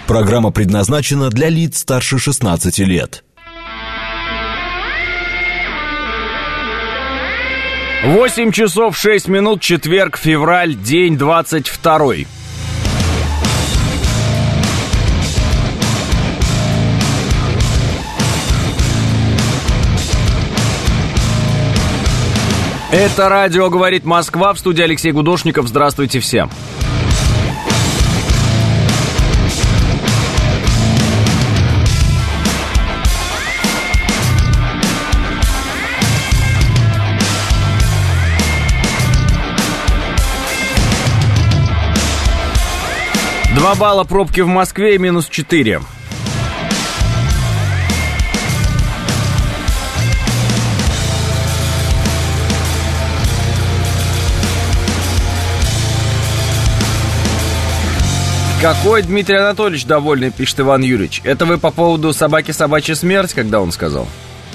Программа предназначена для лиц старше 16 лет. 8 часов 6 минут, четверг, февраль, день 22. Это радио «Говорит Москва», в студии Алексей Гудошников. Здравствуйте всем. Два балла пробки в Москве и минус 4. Какой Дмитрий Анатольевич довольный, пишет Иван Юрьевич. Это вы по поводу собаки собачья смерть, когда он сказал?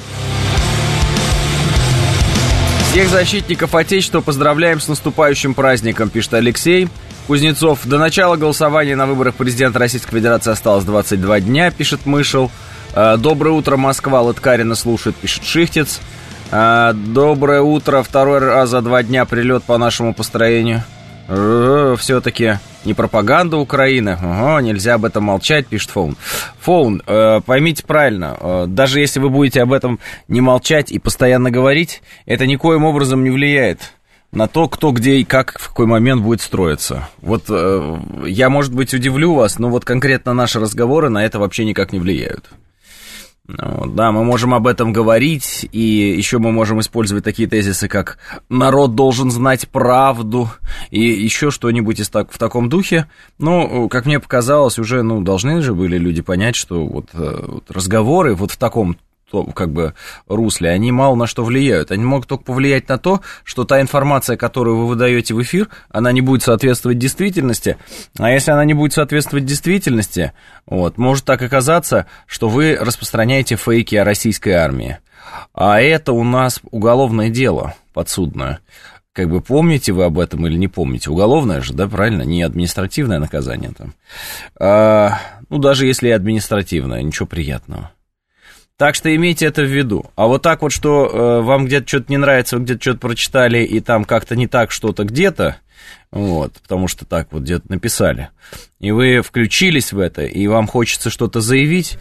Всех защитников Отечества поздравляем с наступающим праздником, пишет Алексей Кузнецов. До начала голосования на выборах президента Российской Федерации осталось 22 дня, пишет Мышел. Доброе утро, Москва, Лыткарина слушает, пишет Шихтец. Доброе утро, второй раз за 2 дня прилет по нашему построению. Все-таки не пропаганда Украины. Нельзя об этом молчать, пишет Фоун. Фоун, поймите правильно, даже если вы будете об этом не молчать и постоянно говорить, это никоим образом не влияет на то, кто, где и как, в какой момент будет строиться. Вот я, может быть, удивлю вас, но вот конкретно наши разговоры на это вообще никак не влияют. Да, мы можем об этом говорить, и еще мы можем использовать такие тезисы, как «народ должен знать правду», и еще что-нибудь в таком духе. Но, как мне показалось, уже должны же были люди понять, что вот разговоры вот в таком как бы русле, они мало на что влияют. Они могут только повлиять на то, что та информация, которую вы выдаете в эфир, она не будет соответствовать действительности. А если она не будет соответствовать действительности, может так оказаться, что вы распространяете фейки о российской армии. А это у нас уголовное дело подсудное. Как бы помните вы об этом или не помните? Уголовное же, да, правильно? Не административное наказание там. Даже если и административное, ничего приятного. Так что имейте это в виду. А вот так вот, что вам где-то что-то не нравится, вы где-то что-то прочитали, и там как-то не так что-то где-то, потому что так вот где-то написали, и вы включились в это, и вам хочется что-то заявить,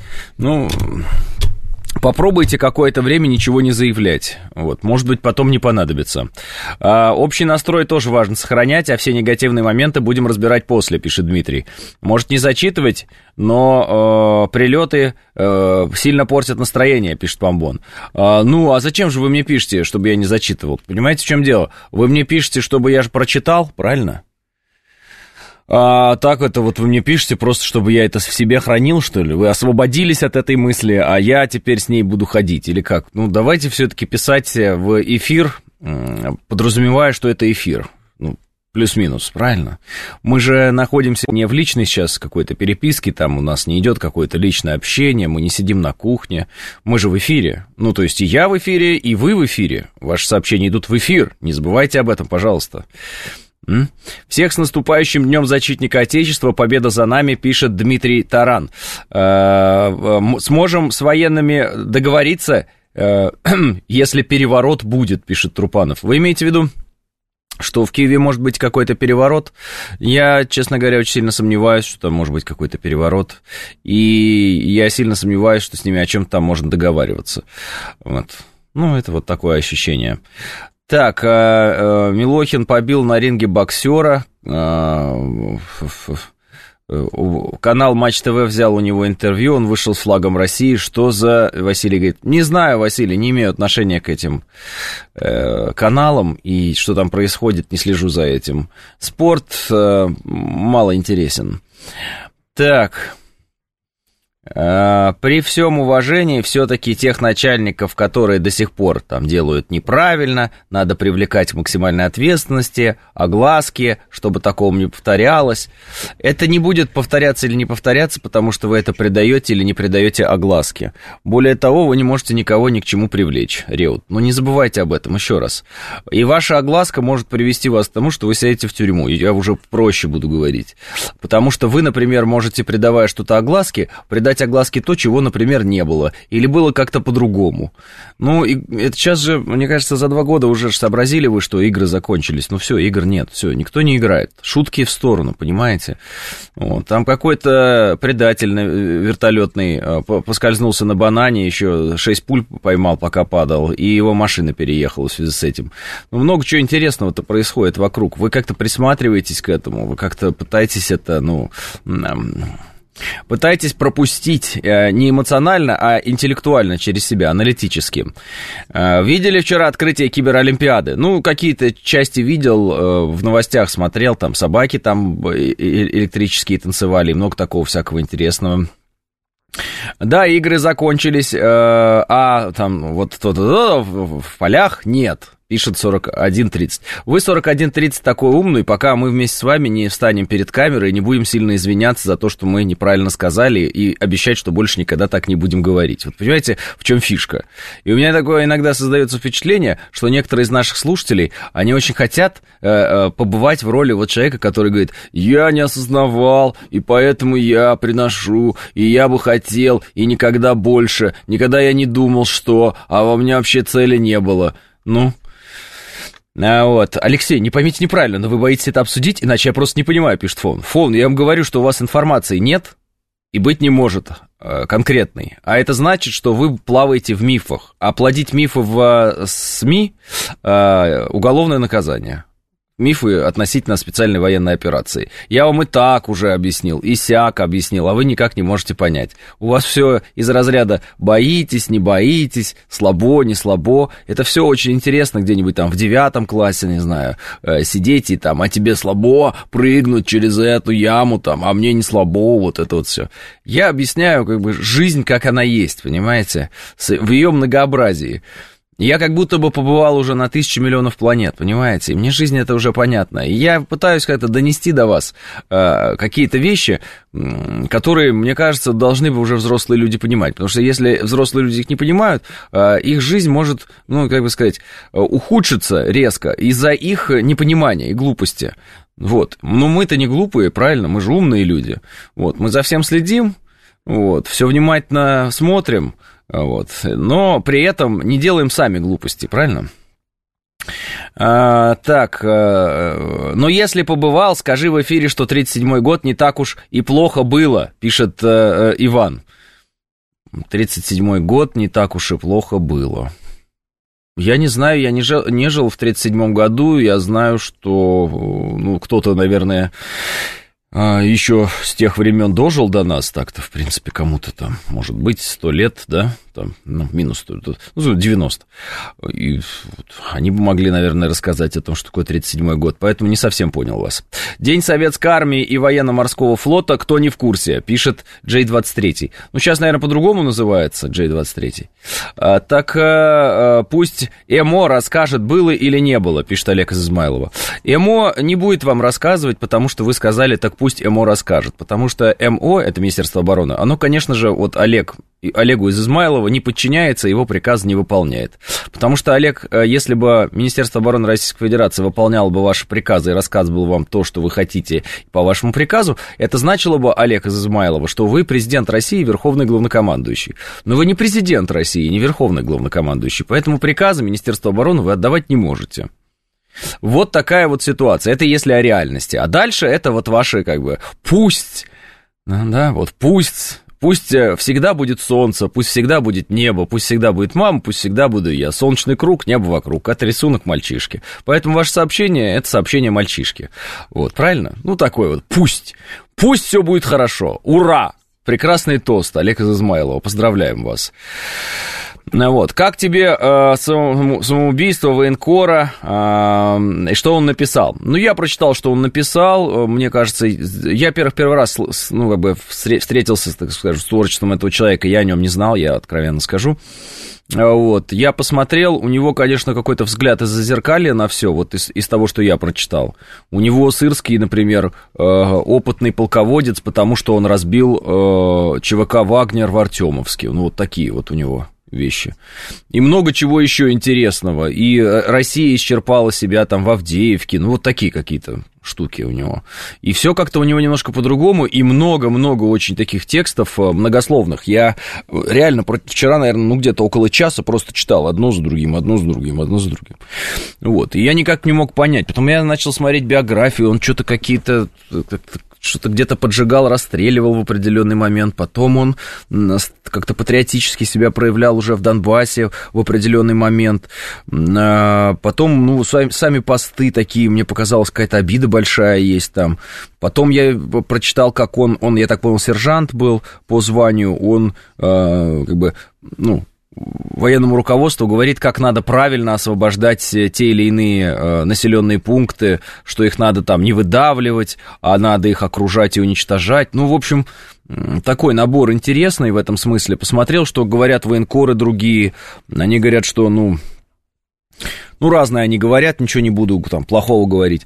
попробуйте какое-то время ничего не заявлять. Может быть, потом не понадобится. Общий настрой тоже важно сохранять, а все негативные моменты будем разбирать после, пишет Дмитрий. Может, не зачитывать, но прилеты сильно портят настроение, пишет Помбон. А зачем же вы мне пишете, чтобы я не зачитывал? Понимаете, в чем дело? Вы мне пишете, чтобы я же прочитал, правильно? Так это вот вы мне пишете просто, чтобы я это в себе хранил, что ли? Вы освободились от этой мысли, а я теперь с ней буду ходить, или как? Давайте все-таки писать в эфир, подразумевая, что это эфир. Плюс-минус, правильно? Мы же находимся не в личной сейчас какой-то переписке, там у нас не идет какое-то личное общение, мы не сидим на кухне, мы же в эфире. То есть и я в эфире, и вы в эфире. Ваши сообщения идут в эфир, не забывайте об этом, пожалуйста. Всех с наступающим Днем Защитника Отечества, победа за нами, пишет Дмитрий Таран. Сможем с военными договориться, если переворот будет, пишет Трупанов. Вы имеете в виду, что в Киеве может быть какой-то переворот? Я, честно говоря, очень сильно сомневаюсь, что там может быть какой-то переворот. И я сильно сомневаюсь, что с ними о чем-то там можно договариваться. Это вот такое ощущение. Так, Милохин побил на ринге боксера. Канал Матч ТВ взял у него интервью, он вышел с флагом России. Что за... Василий говорит, не знаю, Василий, не имею отношения к этим каналам, и что там происходит, не слежу за этим. Спорт мало интересен. Так... При всем уважении, все-таки тех начальников, которые до сих пор там делают неправильно, надо привлекать к максимальной ответственности, огласки, чтобы такого не повторялось. Это не будет повторяться или не повторяться, потому что вы это придаете или не придаете огласке. Более того, вы не можете никого ни к чему привлечь, Реут. Но не забывайте об этом еще раз. И ваша огласка может привести вас к тому, что вы сядете в тюрьму. Я уже проще буду говорить. Потому что вы, например, можете, придавая что-то огласке, придать огласки то, чего, например, не было, или было как-то по-другому. Ну, и это сейчас же, мне кажется, за 2 года уже сообразили вы, что игры закончились. Ну, все, игр нет, все, никто не играет. Шутки в сторону, понимаете? Вот, там какой-то предатель вертолетный поскользнулся на банане, еще 6 пуль поймал, пока падал, и его машина переехала в связи с этим. Ну, много чего интересного-то происходит вокруг. Вы как-то присматриваетесь к этому, вы как-то пытаетесь это, пытайтесь пропустить не эмоционально, а интеллектуально через себя, аналитически. Видели вчера открытие киберолимпиады? Ну, какие-то части видел, в новостях смотрел, там собаки там электрические танцевали, много такого всякого интересного. Да, игры закончились, а там вот в полях нет. Пишет 4130. Вы 4130 такой умный, пока мы вместе с вами не встанем перед камерой и не будем сильно извиняться за то, что мы неправильно сказали, и обещать, что больше никогда так не будем говорить. Вот понимаете, в чем фишка? И у меня такое иногда создается впечатление, что некоторые из наших слушателей, они очень хотят побывать в роли вот человека, который говорит: я не осознавал, и поэтому я приношу, и я бы хотел, и никогда больше, никогда я не думал, что, а у меня вообще цели не было. Ну... Вот. Алексей, не поймите неправильно, но вы боитесь это обсудить, иначе я просто не понимаю, пишет Фон. Фон, я вам говорю, что у вас информации нет и быть не может конкретной. А это значит, что вы плаваете в мифах. А плодить мифы в СМИ уголовное наказание. Мифы относительно специальной военной операции. Я вам и так уже объяснил, и сяк объяснил, а вы никак не можете понять. У вас все из разряда боитесь, не боитесь, слабо, не слабо. Это все очень интересно где-нибудь там в 9 классе, не знаю, сидеть и там, а тебе слабо прыгнуть через эту яму там, а мне не слабо, вот это вот все. Я объясняю как бы жизнь, как она есть, понимаете, в ее многообразии. Я как будто бы побывал уже на 1000 миллионов планет, понимаете? И мне жизнь это уже понятна. И я пытаюсь как-то донести до вас какие-то вещи, которые, мне кажется, должны бы уже взрослые люди понимать. Потому что если взрослые люди их не понимают, их жизнь может, ну, как бы сказать, ухудшиться резко из-за их непонимания и глупости. Вот. Но мы-то не глупые, правильно? Мы же умные люди. Вот. Мы за всем следим, вот. Все внимательно смотрим. Вот. Но при этом не делаем сами глупости, правильно? Так, но если побывал, скажи в эфире, что 37-й год не так уж и плохо было, пишет Иван. 37-й год не так уж и плохо было. Я не знаю, я не жил в 37-м году, я знаю, что ну, кто-то, наверное... еще с тех времен дожил до нас, так-то, в принципе, кому-то там, может быть, 100 лет, да, там, ну, минус 100, ну, 90. И вот, они бы могли, наверное, рассказать о том, что такое 37-й год, поэтому не совсем понял вас. День Советской Армии и Военно-Морского Флота, кто не в курсе, пишет J23. Ну, сейчас, наверное, по-другому называется J23. Так пусть ЭМО расскажет, было или не было, пишет Олег из Измайлова. ЭМО не будет вам рассказывать, потому что вы сказали, так пусть ЭМО расскажет, потому что МО, это Министерство обороны, оно, конечно же, вот Олегу из Измайлова не подчиняется, его приказ не выполняет. Потому что, Олег, если бы Министерство обороны Российской Федерации выполняло бы ваши приказы и рассказывало вам то, что вы хотите по вашему приказу, это значило бы, Олег из Измайлова, что вы президент России и верховный главнокомандующий. Но вы не президент России, не верховный главнокомандующий, поэтому приказы Министерства обороны вы отдавать не можете. Вот такая вот ситуация. Это если о реальности. А дальше это вот ваши, как бы, пусть, да, вот пусть всегда будет солнце, пусть всегда будет небо, пусть всегда будет мама, пусть всегда буду я. Солнечный круг, небо вокруг. Это рисунок мальчишки. Поэтому ваше сообщение, это сообщение мальчишки. Вот, правильно? Ну, такое вот, пусть все будет хорошо. Ура! Прекрасный тост, Олег из Измайлова. Поздравляем вас. Вот. Как тебе самоубийство военкора, и что он написал? Ну, я прочитал, что он написал. Мне кажется, я первый раз встретился, так скажем, с творчеством этого человека, я о нем не знал, я откровенно скажу. Вот. Я посмотрел, у него, конечно, какой-то взгляд из-за зеркалья на все, вот из того, что я прочитал. У него Сырский, например, опытный полководец, потому что он разбил ЧВК «Вагнер» в Артемовске. Ну, вот такие вот у него вещи. И много чего еще интересного. И Россия исчерпала себя там в Авдеевке. Ну, вот такие какие-то штуки у него. И все как-то у него немножко по-другому. И много-много очень таких текстов многословных. Я реально вчера, наверное, где-то около часа просто читал одно за другим. Вот. И я никак не мог понять. Потом я начал смотреть биографию. Он что-то какие-то... что-то где-то поджигал, расстреливал в определенный момент, потом он как-то патриотически себя проявлял уже в Донбассе в определенный момент, потом, ну, сами посты такие, мне показалось, какая-то обида большая есть там, потом я прочитал, как он, я так понял, сержант был по званию, он военному руководству говорит, как надо правильно освобождать те или иные населенные пункты, что их надо там не выдавливать, а надо их окружать и уничтожать. Ну, в общем, такой набор интересный в этом смысле. Посмотрел, что говорят военкоры другие. Они говорят, что, ну, разное они говорят, ничего не буду там плохого говорить.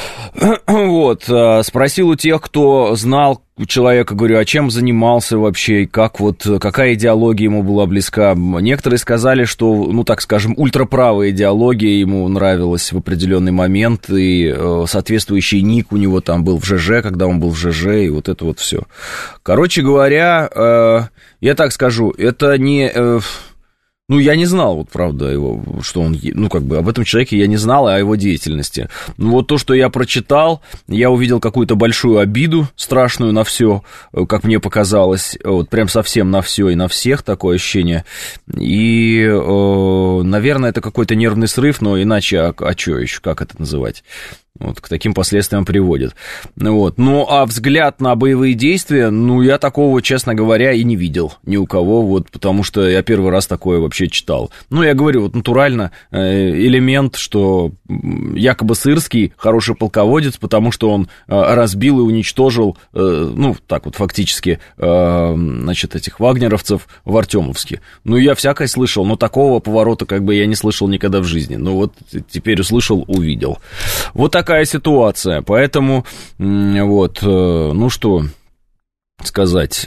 Вот, спросил у тех, кто знал человека, говорю, а чем занимался вообще, и какая идеология ему была близка. Некоторые сказали, что, ну, так скажем, ультраправая идеология ему нравилась в определенный момент, и соответствующий ник у него там был в ЖЖ, когда он был в ЖЖ, и вот это вот все. Короче говоря, я так скажу, это не... Ну, я не знал, вот, правда, его, что он, ну, как бы, об этом человеке я не знал, и о его деятельности. Ну, вот то, что я прочитал, я увидел какую-то большую обиду, страшную на все, как мне показалось, вот, прям совсем на все и на всех, такое ощущение. И, наверное, это какой-то нервный срыв, но иначе, а что еще, как это называть? Вот, к таким последствиям приводит. Вот. Ну, а взгляд на боевые действия, ну, я такого, честно говоря, и не видел ни у кого, вот, потому что я первый раз такое вообще читал. Ну, я говорю, вот натурально элемент, что якобы Сырский хороший полководец, потому что он разбил и уничтожил, ну, так вот, фактически, значит, этих вагнеровцев в Артемовске. Ну, я всякое слышал, но такого поворота, как бы, я не слышал никогда в жизни. Ну, вот теперь услышал, увидел. Вот такая ситуация, поэтому, вот, ну что сказать,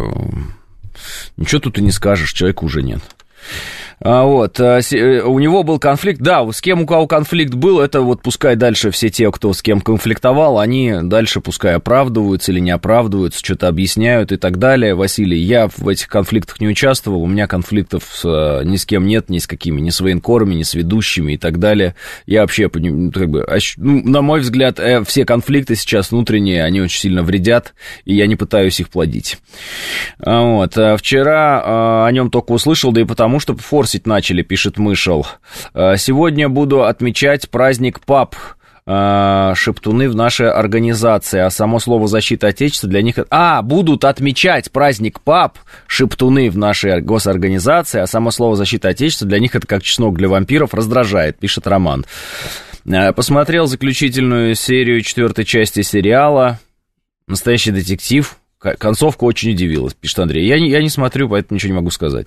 ничего тут и не скажешь, человека уже нет. Вот, у него был конфликт, да, с кем у кого конфликт был, это вот пускай дальше все те, кто с кем конфликтовал, они дальше пускай оправдываются или не оправдываются, что-то объясняют и так далее. Василий, я в этих конфликтах не участвовал, у меня конфликтов ни с кем нет, ни с какими, ни с военкорами, ни с ведущими и так далее. Я вообще, как бы, на мой взгляд, все конфликты сейчас внутренние, они очень сильно вредят, и я не пытаюсь их плодить. Вот, вчера о нем только услышал, да и потому, что форсить начали, пишет Мышел. Сегодня буду отмечать праздник ПАП. Шептуны в нашей организации, а само слово «защита Отечества» для них... будут отмечать праздник ПАП, шептуны в нашей госорганизации, а само слово «защита Отечества» для них это как чеснок для вампиров, раздражает, пишет Роман. Посмотрел заключительную серию 4-й части сериала «Настоящий детектив». Концовка очень удивилась, пишет Андрей. Я не смотрю, поэтому ничего не могу сказать.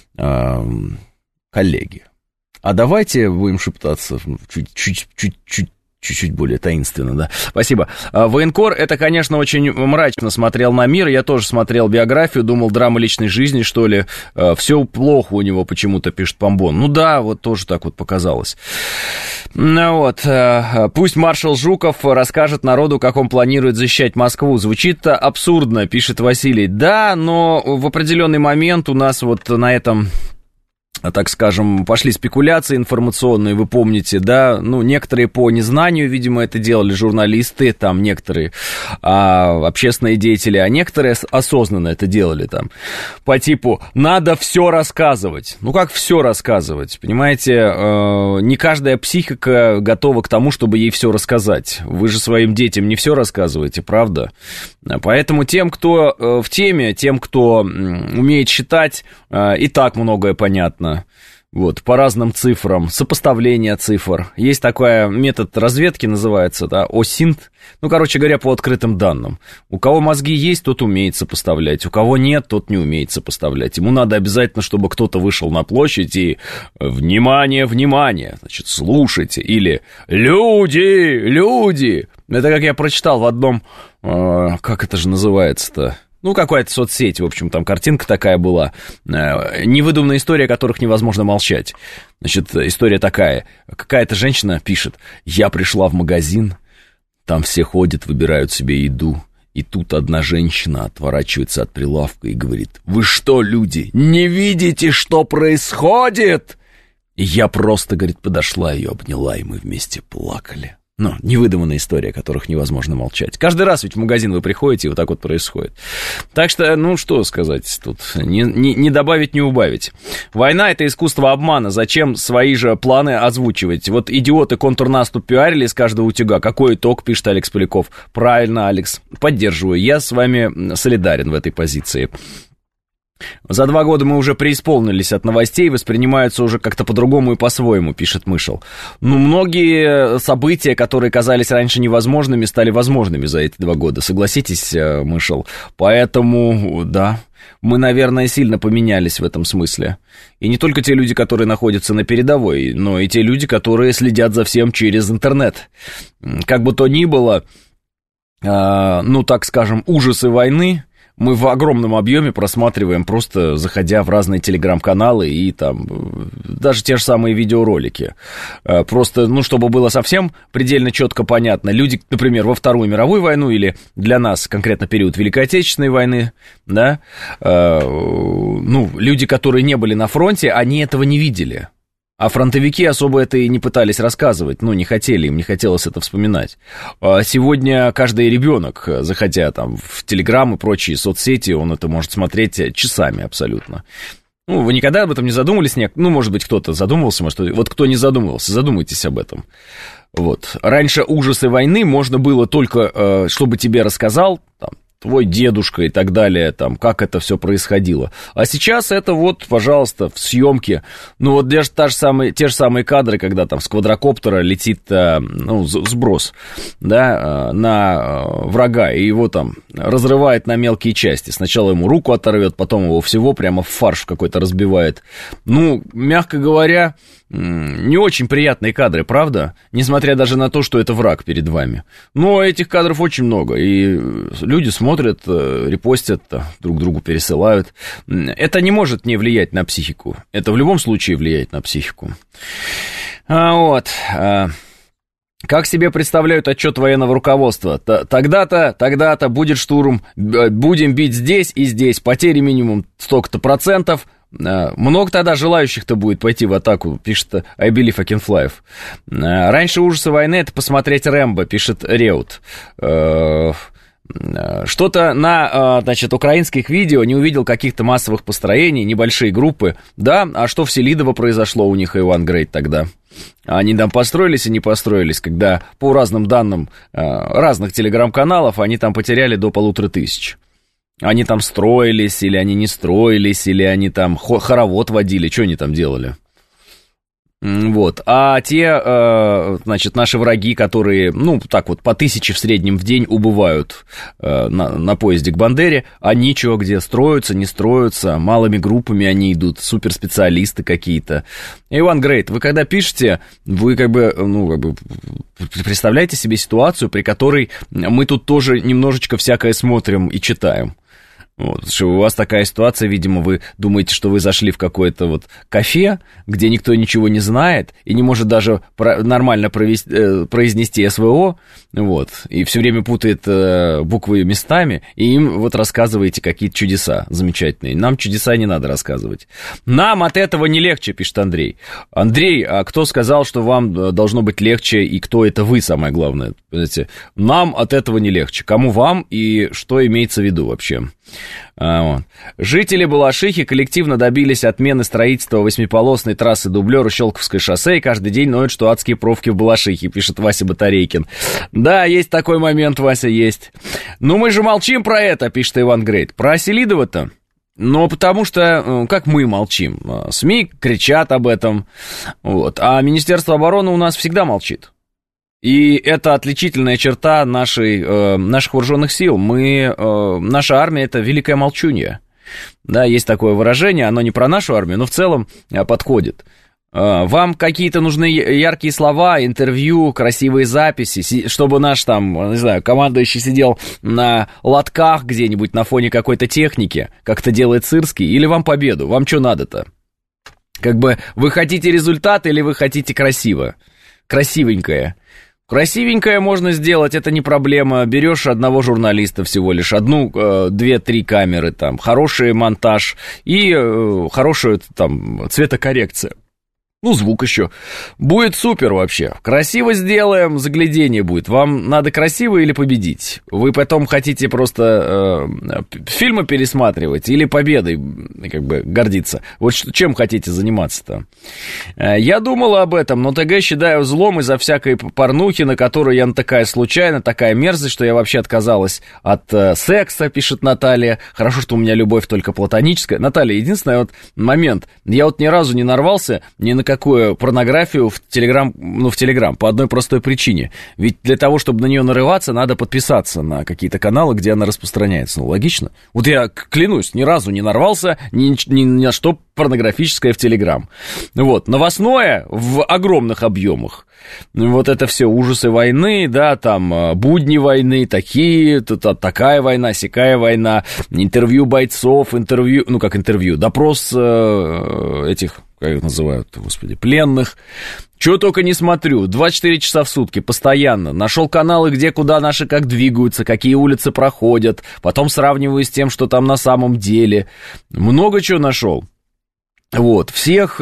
Коллеги, а давайте будем шептаться чуть-чуть более таинственно, да. Спасибо. Военкор, это, конечно, очень мрачно смотрел на мир. Я тоже смотрел биографию, думал, драма личной жизни, что ли. Все плохо у него почему-то, пишет Помбон. Ну да, вот тоже так вот показалось. Ну вот, пусть маршал Жуков расскажет народу, как он планирует защищать Москву. Звучит-то абсурдно, пишет Василий. Да, но в определенный момент у нас вот на этом... так скажем, пошли спекуляции информационные, вы помните, да, ну, некоторые по незнанию, видимо, это делали журналисты, там, некоторые общественные деятели, а некоторые осознанно это делали, там, по типу, надо все рассказывать. Ну, как все рассказывать, понимаете, не каждая психика готова к тому, чтобы ей все рассказать. Вы же своим детям не все рассказываете, правда? Поэтому тем, кто в теме, тем, кто умеет считать, и так многое понятно. понятно. Вот, по разным цифрам, сопоставление цифр. Есть такой метод разведки, называется, да, ОСИНТ. Ну, короче говоря, по открытым данным. У кого мозги есть, тот умеет сопоставлять. У кого нет, тот не умеет сопоставлять. Ему надо обязательно, чтобы кто-то вышел на площадь и «Внимание, внимание!» Значит, слушайте. Или «Люди, люди!» Это как я прочитал в одном... Как это же называется-то? Ну, какая-то соцсеть, в общем, там картинка такая была. Невыдуманная история, о которых невозможно молчать. Значит, история такая. Какая-то женщина пишет: «Я пришла в магазин, там все ходят, выбирают себе еду. И тут одна женщина отворачивается от прилавка и говорит: вы что, люди, не видите, что происходит?» И я просто, говорит, подошла, ее обняла, и мы вместе плакали. Ну, невыдуманная история, о которых невозможно молчать. Каждый раз ведь в магазин вы приходите, и вот так вот происходит. Так что, ну, что сказать тут, не добавить, не убавить. Война — это искусство обмана, зачем свои же планы озвучивать? Вот идиоты контрнаступ пиарили с каждого утюга. Какой итог, пишет Алекс Поляков. Правильно, Алекс, поддерживаю, я с вами солидарен в этой позиции. За 2 года мы уже преисполнились от новостей, воспринимаются уже как-то по-другому и по-своему, пишет Мышел. Ну, многие события, которые казались раньше невозможными, стали возможными за эти 2 года, согласитесь, Мышел? Поэтому, да, мы, наверное, сильно поменялись в этом смысле. И не только те люди, которые находятся на передовой, но и те люди, которые следят за всем через интернет. Как бы то ни было, ну, так скажем, ужасы войны мы в огромном объеме просматриваем, просто заходя в разные телеграм-каналы и там даже те же самые видеоролики. Просто, ну, чтобы было совсем предельно четко понятно, люди, например, во Вторую мировую войну или для нас конкретно период Великой Отечественной войны, да, ну, люди, которые не были на фронте, они этого не видели. А фронтовики особо это и не пытались рассказывать, ну, не хотели, им не хотелось это вспоминать. А сегодня каждый ребенок, заходя там в Телеграм и прочие соцсети, он это может смотреть часами абсолютно. Ну, вы никогда об этом не задумывались? Ну, может быть, кто-то задумывался, может, вот кто не задумывался, задумайтесь об этом. Вот. Раньше ужасы войны можно было только, чтобы тебе рассказал, там, твой дедушка и так далее, там, как это все происходило. А сейчас это вот, пожалуйста, в съемке. Ну, вот те же самые кадры, когда там с квадрокоптера летит, ну, сброс, да, на врага, и его там разрывает на мелкие части. Сначала ему руку оторвет, потом его всего прямо в фарш какой-то разбивает. Ну, мягко говоря, не очень приятные кадры, правда? Несмотря даже на то, что это враг перед вами. Но этих кадров очень много, и люди смотрят, репостят, друг другу пересылают. Это не может не влиять на психику. Это в любом случае влияет на психику. Вот. Как себе представляют отчет военного руководства? Тогда-то будет штурм, будем бить здесь и здесь, потери минимум столько-то %. Много тогда желающих-то будет пойти в атаку, пишет I Believe I Can Fly. Раньше ужасы войны — это посмотреть Рэмбо, пишет Реут. Что-то на, значит, украинских видео не увидел каких-то массовых построений, небольшие группы. Да, а что в Селидово произошло у них, Иван Грейт, тогда? Они там построились и не построились, когда, по разным данным разных телеграм-каналов, они там потеряли до 1500. Они там строились, или они не строились, или они там хоровод водили, что они там делали? Вот, а те, значит, наши враги, которые, ну, так вот, по 1000 в среднем в день убывают на поезде к Бандере, они что, где строятся, не строятся, малыми группами они идут, суперспециалисты какие-то. Иван Грейт, вы когда пишете, вы как бы, ну, как бы представляете себе ситуацию, при которой мы тут тоже немножечко всякое смотрим и читаем. Вот, что у вас такая ситуация, видимо, вы думаете, что вы зашли в какое-то вот кафе, где никто ничего не знает и не может даже нормально произнести СВО, вот, и все время путает буквы местами, и им вот рассказываете какие-то чудеса замечательные. Нам чудеса не надо рассказывать. Нам от этого не легче, пишет Андрей. Андрей, а кто сказал, что вам должно быть легче, и кто это вы, самое главное? Понимаете? Нам от этого не легче. Кому вам и что имеется в виду вообще? Вот. Жители Балашихи коллективно добились отмены строительства 8-полосной трассы дублера Щелковское шоссе и каждый день ноют, что адские пробки в Балашихе, пишет Вася Батарейкин. Да, есть такой момент, Вася, есть. Но мы же молчим про это, пишет Иван Грейт. Про Селидово-то? Но потому что, как мы молчим, СМИ кричат об этом, вот, а Министерство обороны у нас всегда молчит. И это отличительная черта наших вооруженных сил. Наша армия — это великая молчунья. Да, есть такое выражение, оно не про нашу армию, но в целом подходит. Вам какие-то нужны яркие слова, интервью, красивые записи, чтобы наш там, не знаю, командующий сидел на лотках где-нибудь на фоне какой-то техники, как это делает Сырский, или вам победу? Вам что надо-то? Как бы вы хотите результат или вы хотите красиво? Красивенькое. Красивенькое можно сделать, это не проблема. Берешь одного журналиста всего лишь, 1, 2, 3 камеры, там, хороший монтаж и хорошая там цветокоррекция. Ну, звук еще. Будет супер вообще. Красиво сделаем, заглядение будет. Вам надо красиво или победить? Вы потом хотите просто фильмы пересматривать или победой как бы гордиться? Вот чем хотите заниматься-то? Я думал об этом, но ТГ считаю злом из-за всякой порнухи, на которую я натыкаюсь случайно, такая мерзость, что я вообще отказалась от секса, пишет Наталья. Хорошо, что у меня любовь только платоническая. Наталья, единственный вот момент. Я вот ни разу не нарвался ни на какую порнографию в Телеграм, по одной простой причине. Ведь для того, чтобы на нее нарываться, надо подписаться на какие-то каналы, где она распространяется. Ну, логично. Вот я, клянусь, ни разу не нарвался ни на что порнографическое в Телеграм. Вот, новостное в огромных объемах. Вот это все ужасы войны, да, там будни войны, такая война, сякая война, интервью бойцов, допрос этих, как их называют, господи, пленных. Чего только не смотрю, 24 часа в сутки, постоянно. Нашел каналы, где, куда наши как двигаются, какие улицы проходят, потом сравниваю с тем, что там на самом деле. Много чего нашел. Вот, всех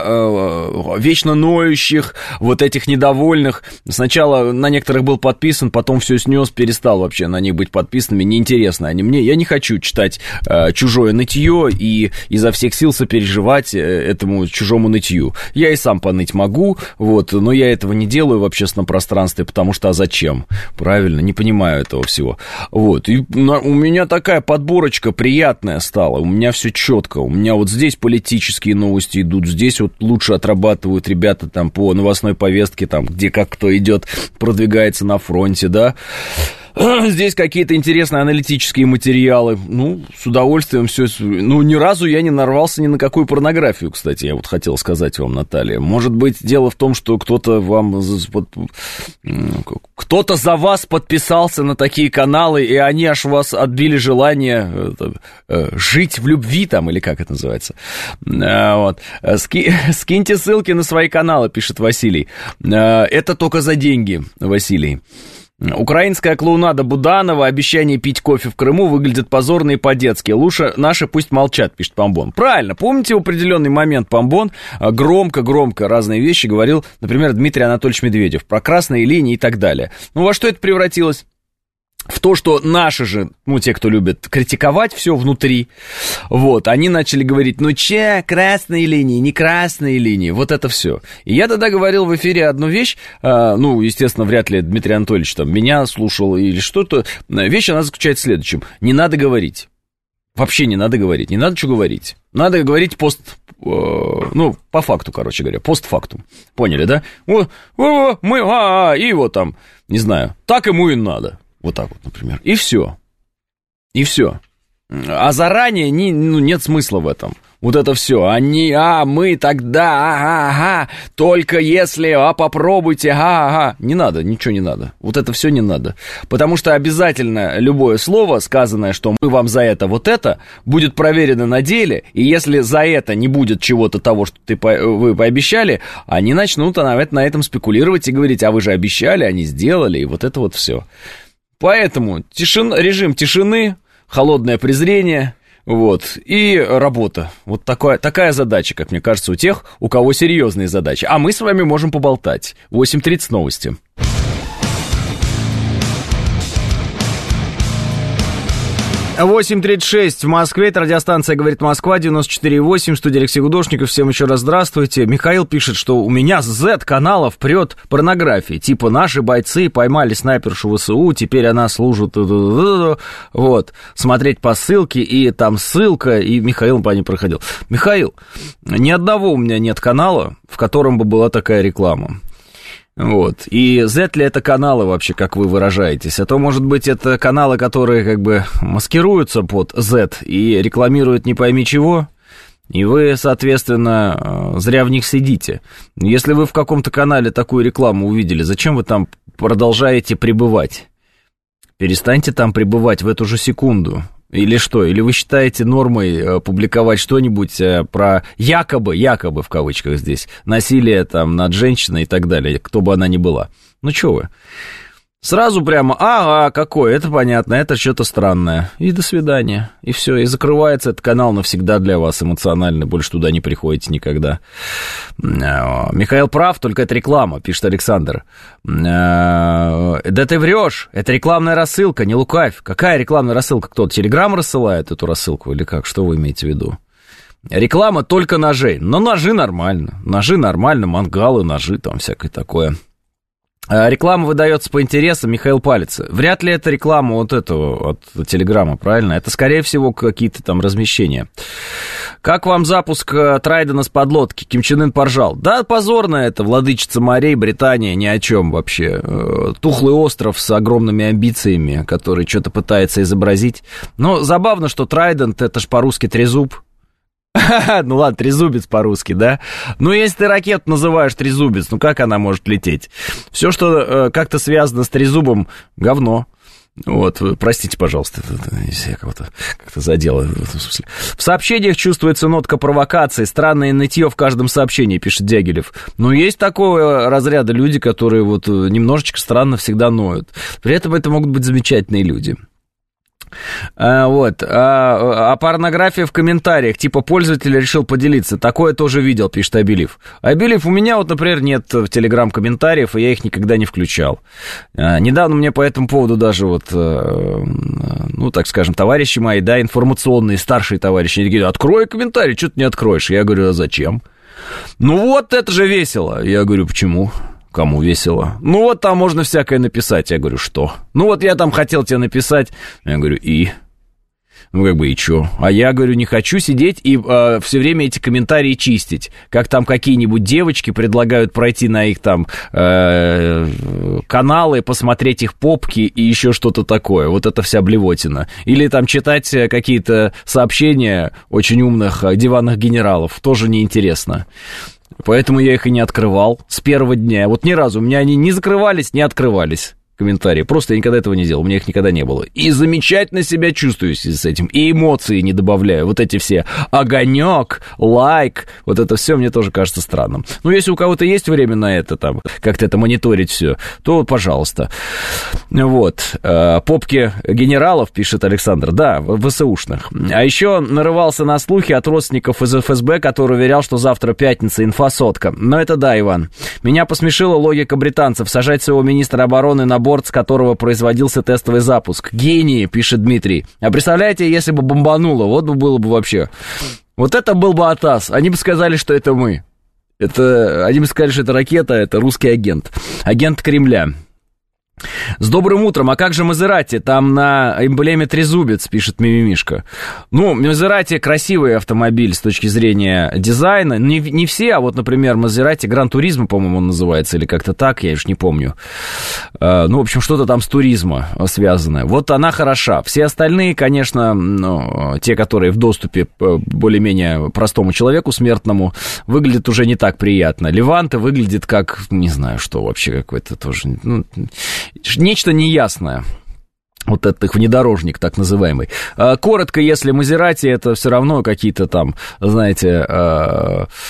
вечно ноющих, вот этих недовольных. Сначала на некоторых был подписан, потом все снес, перестал вообще на них быть подписанными. Неинтересно они мне. Я не хочу читать чужое нытье и изо всех сил сопереживать этому чужому нытью. Я и сам поныть могу, вот, но я этого не делаю в общественном пространстве, потому что, а зачем? Правильно, не понимаю этого всего. Вот, и у меня такая подборочка приятная стала, у меня все четко, у меня вот здесь политические новости идут, здесь вот лучше отрабатывают ребята там по новостной повестке, там, где как кто идет, продвигается на фронте, да. Здесь какие-то интересные аналитические материалы. Ну, с удовольствием все. Ну, ни разу я не нарвался ни на какую порнографию, кстати, я вот хотел сказать вам, Наталья. Может быть, дело в том, что кто-то за вас подписался на такие каналы, и они аж вас отбили желание жить в любви там, или как это называется. Вот. Скиньте ссылки на свои каналы, пишет Василий. Это только за деньги, Василий. Украинская клоунада Буданова, обещание пить кофе в Крыму выглядит позорно и по-детски. Лучше наши пусть молчат, пишет Помбон. Правильно, помните в определенный момент Помбон громко разные вещи говорил, например, Дмитрий Анатольевич Медведев про красные линии и так далее. Ну, во что это превратилось? В то, что наши же, те, кто любит критиковать все внутри, вот, они начали говорить, красные линии, не красные линии, вот это все. И я тогда говорил в эфире одну вещь, естественно, вряд ли Дмитрий Анатольевич там меня слушал или что-то. Вещь, она заключается в следующем. Не надо говорить. Вообще не надо говорить, не надо что говорить. Надо говорить по факту, короче говоря, постфактум. Поняли, да? И вот там, не знаю, так ему и надо. Вот так вот, например. И все. А заранее нет смысла в этом. Вот это все. Мы тогда, только если, попробуйте, Не надо, ничего не надо. Вот это все не надо. Потому что обязательно любое слово, сказанное, что мы вам за это вот это, будет проверено на деле. И если за это не будет чего-то того, что вы пообещали, они начнут на этом спекулировать и говорить, а вы же обещали, они сделали, и вот это вот все. Поэтому режим тишины, холодное презрение, вот, и работа. Вот такая задача, как мне кажется, у тех, у кого серьезные задачи. А мы с вами можем поболтать. 8:30 новости. 8:36 в Москве, это радиостанция «Говорит Москва», 94,8, студия Алексей Гудошников, всем еще раз здравствуйте. Михаил пишет, что у меня с Z-каналов прет порнографии, типа наши бойцы поймали снайпершу ВСУ, теперь она служит, вот, смотреть по ссылке, и там ссылка, и Михаил по ней проходил. Михаил, ни одного у меня нет канала, в котором бы была такая реклама. Вот. И Z ли это каналы вообще, как вы выражаетесь? А то, может быть, это каналы, которые как бы маскируются под Z и рекламируют не пойми чего, и вы, соответственно, зря в них сидите. Если вы в каком-то канале такую рекламу увидели, зачем вы там продолжаете пребывать? Перестаньте там пребывать в эту же секунду. Или что? Или вы считаете нормой публиковать что-нибудь про якобы в кавычках здесь, насилие там над женщиной и так далее, кто бы она ни была? Ну, что вы? Сразу прямо, ага, какое, это понятно, это что-то странное. И до свидания. И все, и закрывается этот канал навсегда для вас эмоционально, больше туда не приходите никогда. Михаил прав, только это реклама, пишет Александр. Да ты врешь, это рекламная рассылка, не лукавь. Какая рекламная рассылка? Кто-то Телеграм рассылает эту рассылку или как? Что вы имеете в виду? Реклама только ножей. Но ножи нормально, мангалы, ножи, там всякое такое. Реклама выдается по интересам, Михаил палится. Вряд ли это реклама вот этого, от Телеграма, правильно? Это, скорее всего, какие-то там размещения. Как вам запуск Трайдена с подлодки? Ким Чен Ын поржал. Да, позорно это, владычица морей, Британия, ни о чем вообще. Тухлый остров с огромными амбициями, который что-то пытается изобразить. Но забавно, что Трайдент, это ж по-русски трезуб. Ну ладно, трезубец по-русски, да? Ну, если ты ракету называешь трезубец, ну как она может лететь? Все, что как-то связано с трезубом, говно. Вот, простите, пожалуйста, если я кого-то как-то задел. В сообщениях чувствуется нотка провокации, странное нытье в каждом сообщении, пишет Дягилев. Но есть такого разряда люди, которые вот немножечко странно всегда ноют. При этом это могут быть замечательные люди. Вот, а порнография в комментариях, типа пользователь решил поделиться, такое тоже видел, пишет Абилив. Абилив, у меня вот, например, нет в Телеграм комментариев, и я их никогда не включал. Недавно мне по этому поводу даже вот, ну, так скажем, товарищи мои, да, информационные, старшие товарищи, они говорят, открой комментарий, что ты не откроешь? Я говорю, а зачем? Ну вот, это же весело. Я говорю, почему? Кому весело? Ну, вот там можно всякое написать. Я говорю, что? Ну, вот я там хотел тебе написать. Я говорю, и? Ну, как бы, и чё? А я, говорю, не хочу сидеть и все время эти комментарии чистить. Как там какие-нибудь девочки предлагают пройти на их там каналы, посмотреть их попки и еще что-то такое. Вот это вся блевотина. Или там читать какие-то сообщения очень умных диванных генералов. Тоже неинтересно. Поэтому я их и не открывал с первого дня. Вот ни разу у меня они не закрывались, не открывались комментарии. Просто я никогда этого не делал, у меня их никогда не было. И замечательно себя чувствую с этим. И эмоции не добавляю. Вот эти все огонек, лайк, вот это все мне тоже кажется странным. Ну, если у кого-то есть время на это, там, как-то это мониторить все, то, пожалуйста. Вот. Попки генералов, пишет Александр, да, ВСУшных. А еще нарывался на слухи от родственников из ФСБ, который уверял, что завтра пятница, инфа сотка. Но это да, Иван. Меня посмешила логика британцев сажать своего министра обороны на борт, с которого производился тестовый запуск. Гении, пишет Дмитрий. А представляете, если бы бомбануло, вот бы было бы вообще. Вот это был бы атас. Они бы сказали, что это мы. Они бы сказали, что это ракета, это русский агент. Агент Кремля. С добрым утром, а как же Мазерати? Там на эмблеме трезубец, пишет Мимимишка. Ну, Мазерати красивый автомобиль с точки зрения дизайна. Не все, а вот, например, Мазерати Гран Туризмо, по-моему, он называется, или как-то так, я уж не помню. Ну, в общем, что-то там с туризма связанное. Вот она хороша. Все остальные, конечно, ну, те, которые в доступе более-менее простому человеку, смертному, выглядят уже не так приятно. Леванте выглядит как, не знаю, что вообще, какой-то тоже... Ну, нечто неясное. Вот этот их внедорожник, так называемый. Коротко, если Мазерати, это все равно какие-то там, знаете,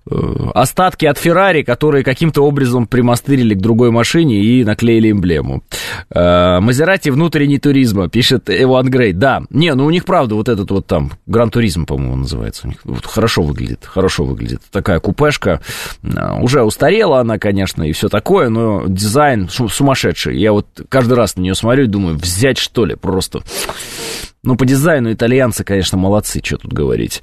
остатки от Феррари, которые каким-то образом примастырили к другой машине и наклеили эмблему. Мазерати внутренний туризма, пишет Иван Грей. Да, не, ну у них правда вот этот вот там, Гран Туризм, по-моему, называется. У них вот хорошо выглядит. Такая купешка. Уже устарела она, конечно, и все такое, но дизайн сумасшедший. Я вот каждый раз на нее смотрю и думаю, взять что ли, просто. Ну, по дизайну итальянцы, конечно, молодцы, что тут говорить.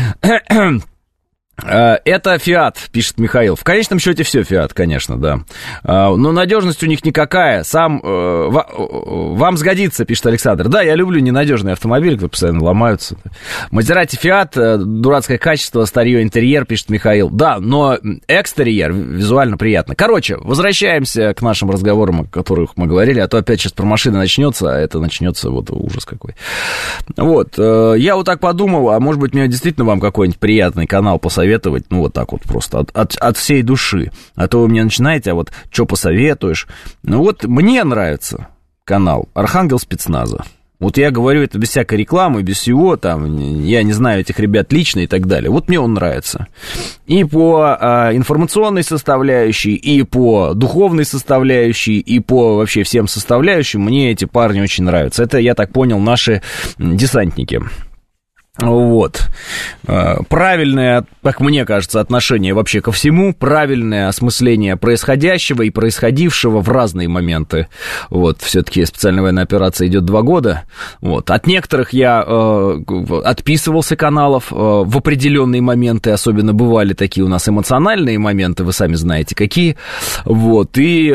Это Fiat, пишет Михаил. В конечном счете все Fiat, конечно, да. Но надежность у них никакая. Вам сгодится, пишет Александр. Да, я люблю ненадежные автомобили, которые постоянно ломаются. Мазерати Fiat, дурацкое качество, старье, интерьер, пишет Михаил. Да, но экстерьер визуально приятно. Короче, возвращаемся к нашим разговорам, о которых мы говорили, а то опять сейчас про машины начнется, а это начнется вот ужас какой. Вот, я вот так подумал, а может быть мне действительно вам какой-нибудь приятный канал посоветовать, ну, вот так вот просто, от всей души. А то вы мне начинаете, а вот что посоветуешь? Ну, вот мне нравится канал «Архангел спецназа». Вот я говорю это без всякой рекламы, без всего, там, я не знаю этих ребят лично и так далее. Вот мне он нравится. И по информационной составляющей, и по духовной составляющей, и по вообще всем составляющим мне эти парни очень нравятся. Это, я так понял, наши десантники. Вот. Правильное, как мне кажется, отношение вообще ко всему, правильное осмысление происходящего и происходившего в разные моменты. Вот, все-таки специальная военная операция идет 2 года. Вот. От некоторых я отписывался каналов в определенные моменты, особенно бывали такие у нас эмоциональные моменты, вы сами знаете какие. Вот. И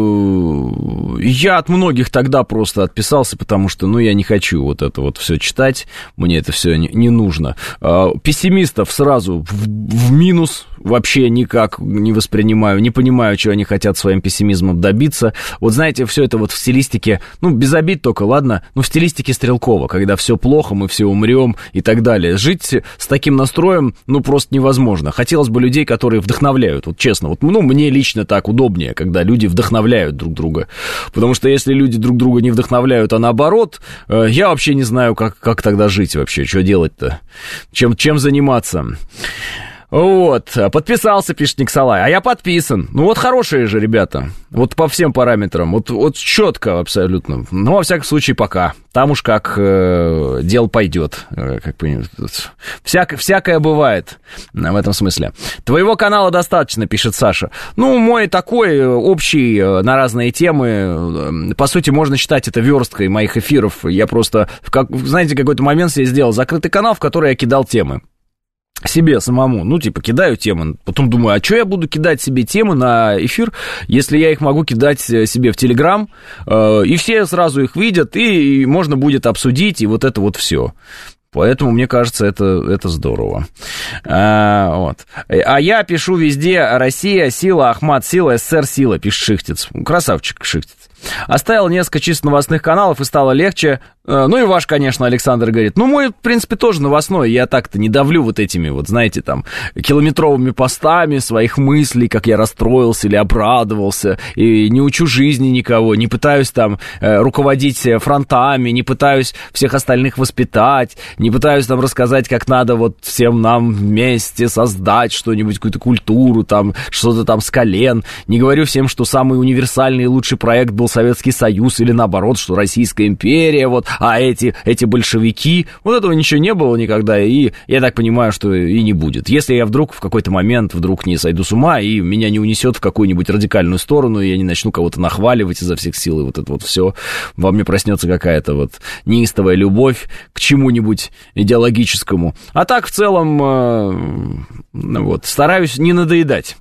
я от многих тогда просто отписался, потому что, ну, я не хочу вот это вот все читать, мне это все не нужно. Пессимистов сразу в минус вообще никак не воспринимаю, не понимаю, чего они хотят своим пессимизмом добиться. Вот знаете, все это вот в стилистике, ну, без обид только, ладно, но в стилистике Стрелкова, когда все плохо, мы все умрем и так далее. Жить с таким настроем, ну, просто невозможно. Хотелось бы людей, которые вдохновляют, вот честно, вот, ну, мне лично так удобнее, когда люди вдохновляют друг друга, потому что если люди друг друга не вдохновляют, а наоборот, я вообще не знаю, как тогда жить вообще, что делать-то, чем заниматься. Вот, подписался, пишет Никсалай, а я подписан. Ну вот хорошие же ребята, вот по всем параметрам, вот четко абсолютно. Ну, во всяком случае, пока. Там уж как дело пойдет, как понимаете. Всякое бывает в этом смысле. Твоего канала достаточно, пишет Саша. Ну, мой такой общий на разные темы. По сути, можно считать это версткой моих эфиров. Я просто, знаете, в какой-то момент себе сделал закрытый канал, в который я кидал темы. Себе самому, ну, типа, кидаю темы, потом думаю, а что я буду кидать себе темы на эфир, если я их могу кидать себе в Телеграм, и все сразу их видят, и можно будет обсудить, и вот это вот все. Поэтому, мне кажется, это здорово. Вот. А я пишу везде «Россия, сила, Ахмат, сила, СССР, сила», пишет Шихтец. Красавчик Шихтец. Оставил несколько чисто новостных каналов, и стало легче. Ну и ваш, конечно, Александр говорит. Ну, мой, в принципе, тоже новостной. Я так-то не давлю вот этими вот, знаете, там, километровыми постами своих мыслей, как я расстроился или обрадовался. И не учу жизни никого, не пытаюсь там руководить фронтами, не пытаюсь всех остальных воспитать, не пытаюсь там рассказать, как надо вот всем нам вместе создать что-нибудь, какую-то культуру, там, что-то там с колен. Не говорю всем, что самый универсальный и лучший проект был Советский Союз, или наоборот, что Российская империя, вот, а эти большевики, вот этого ничего не было никогда, и я так понимаю, что и не будет. Если я вдруг в какой-то момент не сойду с ума, и меня не унесет в какую-нибудь радикальную сторону, и я не начну кого-то нахваливать изо всех сил, и вот это вот все, во мне проснется какая-то вот неистовая любовь к чему-нибудь идеологическому. А так, в целом, вот, стараюсь не надоедать.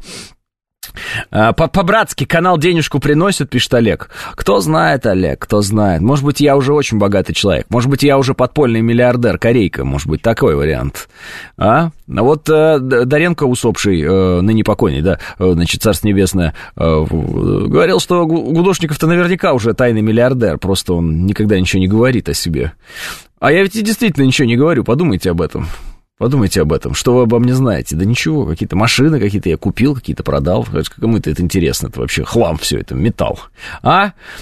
По-братски канал денежку приносит, пишет Олег. Кто знает, Олег, кто знает. Может быть, я уже очень богатый человек. Может быть, я уже подпольный миллиардер, корейка. Может быть, такой вариант. Вот Доренко, усопший, ныне покойный, да, значит, Царство Небесное, говорил, что Гудошников-то наверняка уже тайный миллиардер. Просто он никогда ничего не говорит о себе. А я ведь действительно ничего не говорю. Подумайте об этом. Подумайте об этом. Что вы обо мне знаете? Да ничего, какие-то машины какие-то я купил, какие-то продал. Кому-то это интересно, это вообще хлам все это, металл.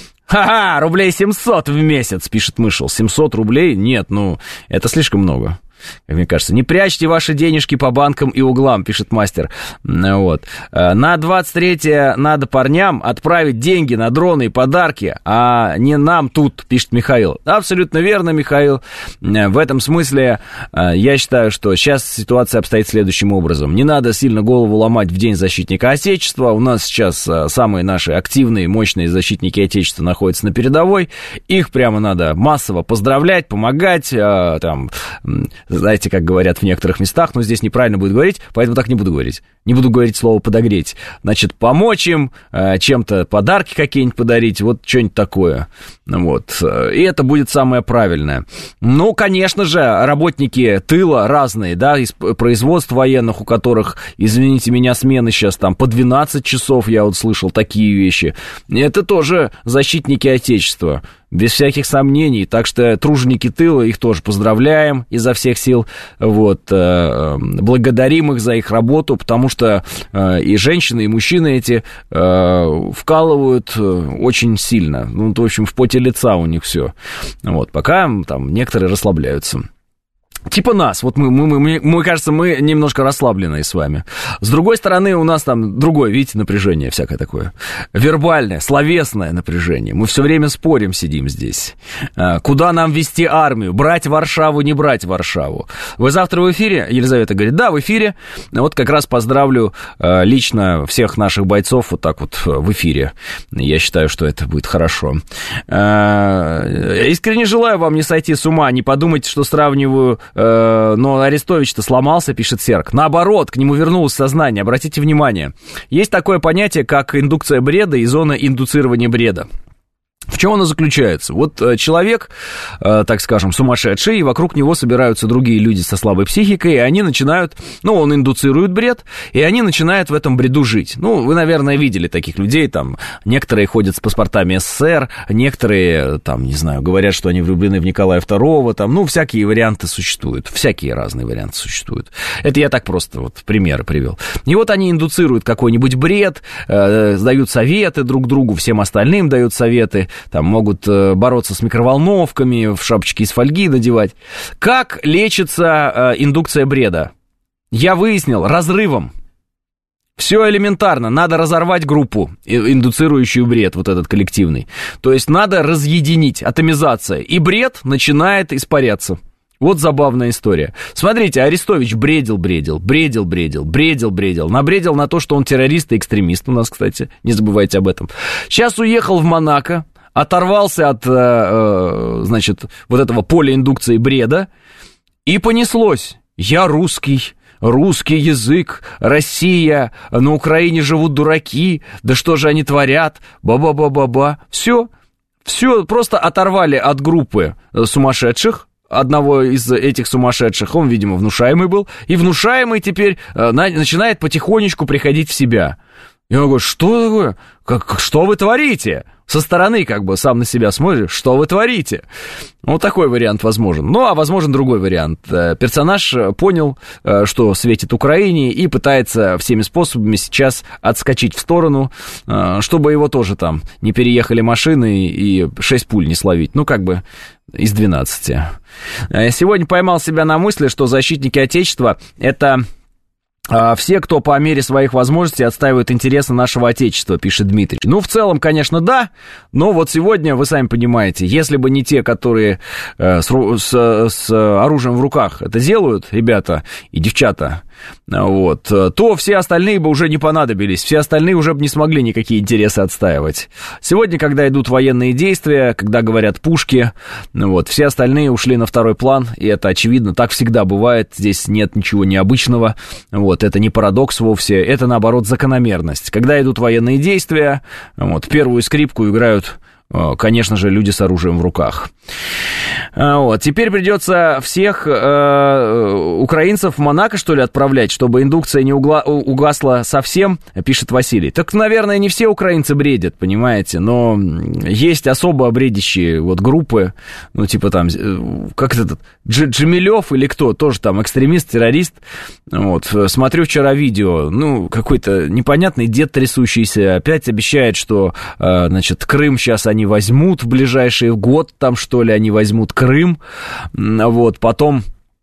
Ха-ха, рублей 700 в месяц, пишет Мышел. 700 рублей? Нет, ну, это слишком много. как мне кажется. Не прячьте ваши денежки по банкам и углам, пишет мастер. Вот. На 23-е надо парням отправить деньги на дроны и подарки, а не нам тут, пишет Михаил. Абсолютно верно, Михаил. В этом смысле я считаю, что сейчас ситуация обстоит следующим образом. Не надо сильно голову ломать в День защитника Отечества. У нас сейчас самые наши активные, мощные защитники Отечества находятся на передовой. Их прямо надо массово поздравлять, помогать, там, знаете, как говорят в некоторых местах, но здесь неправильно будет говорить, поэтому так не буду говорить. Не буду говорить слово «подогреть». Значит, помочь им, чем-то подарки какие-нибудь подарить, вот что-нибудь такое. Вот. И это будет самое правильное. Ну, конечно же, работники тыла разные, да, из производств военных, у которых, извините меня, смены сейчас там по 12 часов, я вот слышал такие вещи. Это тоже защитники Отечества. Без всяких сомнений. Так что труженики тыла, их тоже поздравляем изо всех сил. Вот. Благодарим их за их работу, потому что и женщины, и мужчины эти вкалывают очень сильно. Ну, в общем, в поте лица у них все. Вот. Пока там некоторые расслабляются. Типа нас, вот мы, кажется, мы немножко расслабленные с вами. С другой стороны, у нас там другое, видите, напряжение всякое такое. Вербальное, словесное напряжение. Мы все время спорим, сидим здесь. Куда нам вести армию? Брать Варшаву, не брать Варшаву? Вы завтра в эфире? Елизавета говорит, да, в эфире. Вот как раз поздравлю лично всех наших бойцов вот так вот в эфире. Я считаю, что это будет хорошо. Искренне желаю вам не сойти с ума, не подумайте, что сравниваю... Но Арестович-то сломался, пишет Серг. Наоборот, к нему вернулось сознание. Обратите внимание. Есть такое понятие, как индукция бреда и зона индуцирования бреда. В чем оно заключается? Вот человек, так скажем, сумасшедший, и вокруг него собираются другие люди со слабой психикой, и они начинают, ну, он индуцирует бред, и они начинают в этом бреду жить. Ну, вы, наверное, видели таких людей, там, некоторые ходят с паспортами СССР, некоторые, там, не знаю, говорят, что они влюблены в Николая II, там, ну, всякие варианты существуют, всякие разные варианты существуют. Это я так просто вот примеры привел. И вот они индуцируют какой-нибудь бред, дают советы друг другу, всем остальным дают советы, там могут бороться с микроволновками, в шапочки из фольги надевать. Как лечится индукция бреда? Я выяснил, разрывом. Все элементарно, надо разорвать группу, индуцирующую бред, вот этот коллективный. То есть надо разъединить, атомизация, и бред начинает испаряться. Вот забавная история. Смотрите, Арестович бредил. Набредил на то, что он террорист и экстремист у нас, кстати, не забывайте об этом. Сейчас уехал в Монако, оторвался от, значит, вот этого поля индукции бреда, и понеслось. Я русский язык, Россия, на Украине живут дураки, да что же они творят, ба-ба-ба-ба-ба. Все, просто оторвали от группы сумасшедших, одного из этих сумасшедших, он, видимо, внушаемый был, и внушаемый теперь начинает потихонечку приходить в себя. И он говорит, что такое? Что вы творите? Со стороны как бы сам на себя смотришь, что вы творите? Вот такой вариант возможен. Ну, а возможен другой вариант. Персонаж понял, что светит Украине, и пытается всеми способами сейчас отскочить в сторону, чтобы его тоже там не переехали машины и 6 пуль не словить. Ну, как бы из 12. Сегодня поймал себя на мысли, что защитники Отечества — это... все, кто по мере своих возможностей отстаивают интересы нашего Отечества, пишет Дмитрий. Ну, в целом, конечно, да, но вот сегодня, вы сами понимаете, если бы не те, которые с оружием в руках это делают, ребята и девчата, вот, то все остальные бы уже не понадобились, все остальные уже бы не смогли никакие интересы отстаивать. Сегодня, когда идут военные действия, когда говорят пушки, вот, все остальные ушли на второй план, и это очевидно, так всегда бывает, здесь нет ничего необычного, вот, это не парадокс вовсе, это, наоборот, закономерность. Когда идут военные действия, вот, первую скрипку играют, конечно же, люди с оружием в руках. Вот. Теперь придется всех украинцев в Монако, что ли, отправлять, чтобы индукция не угасла совсем, пишет Василий. Так, наверное, не все украинцы бредят, понимаете, но есть особо бредящие вот группы, ну, типа там, как этот, Джемилев или кто, тоже там экстремист, террорист. Вот. Смотрю вчера видео, ну, какой-то непонятный дед трясущийся опять обещает, что, значит, Крым сейчас они возьмут в ближайший год, там, что ли, они возьмут Крым, вот, потом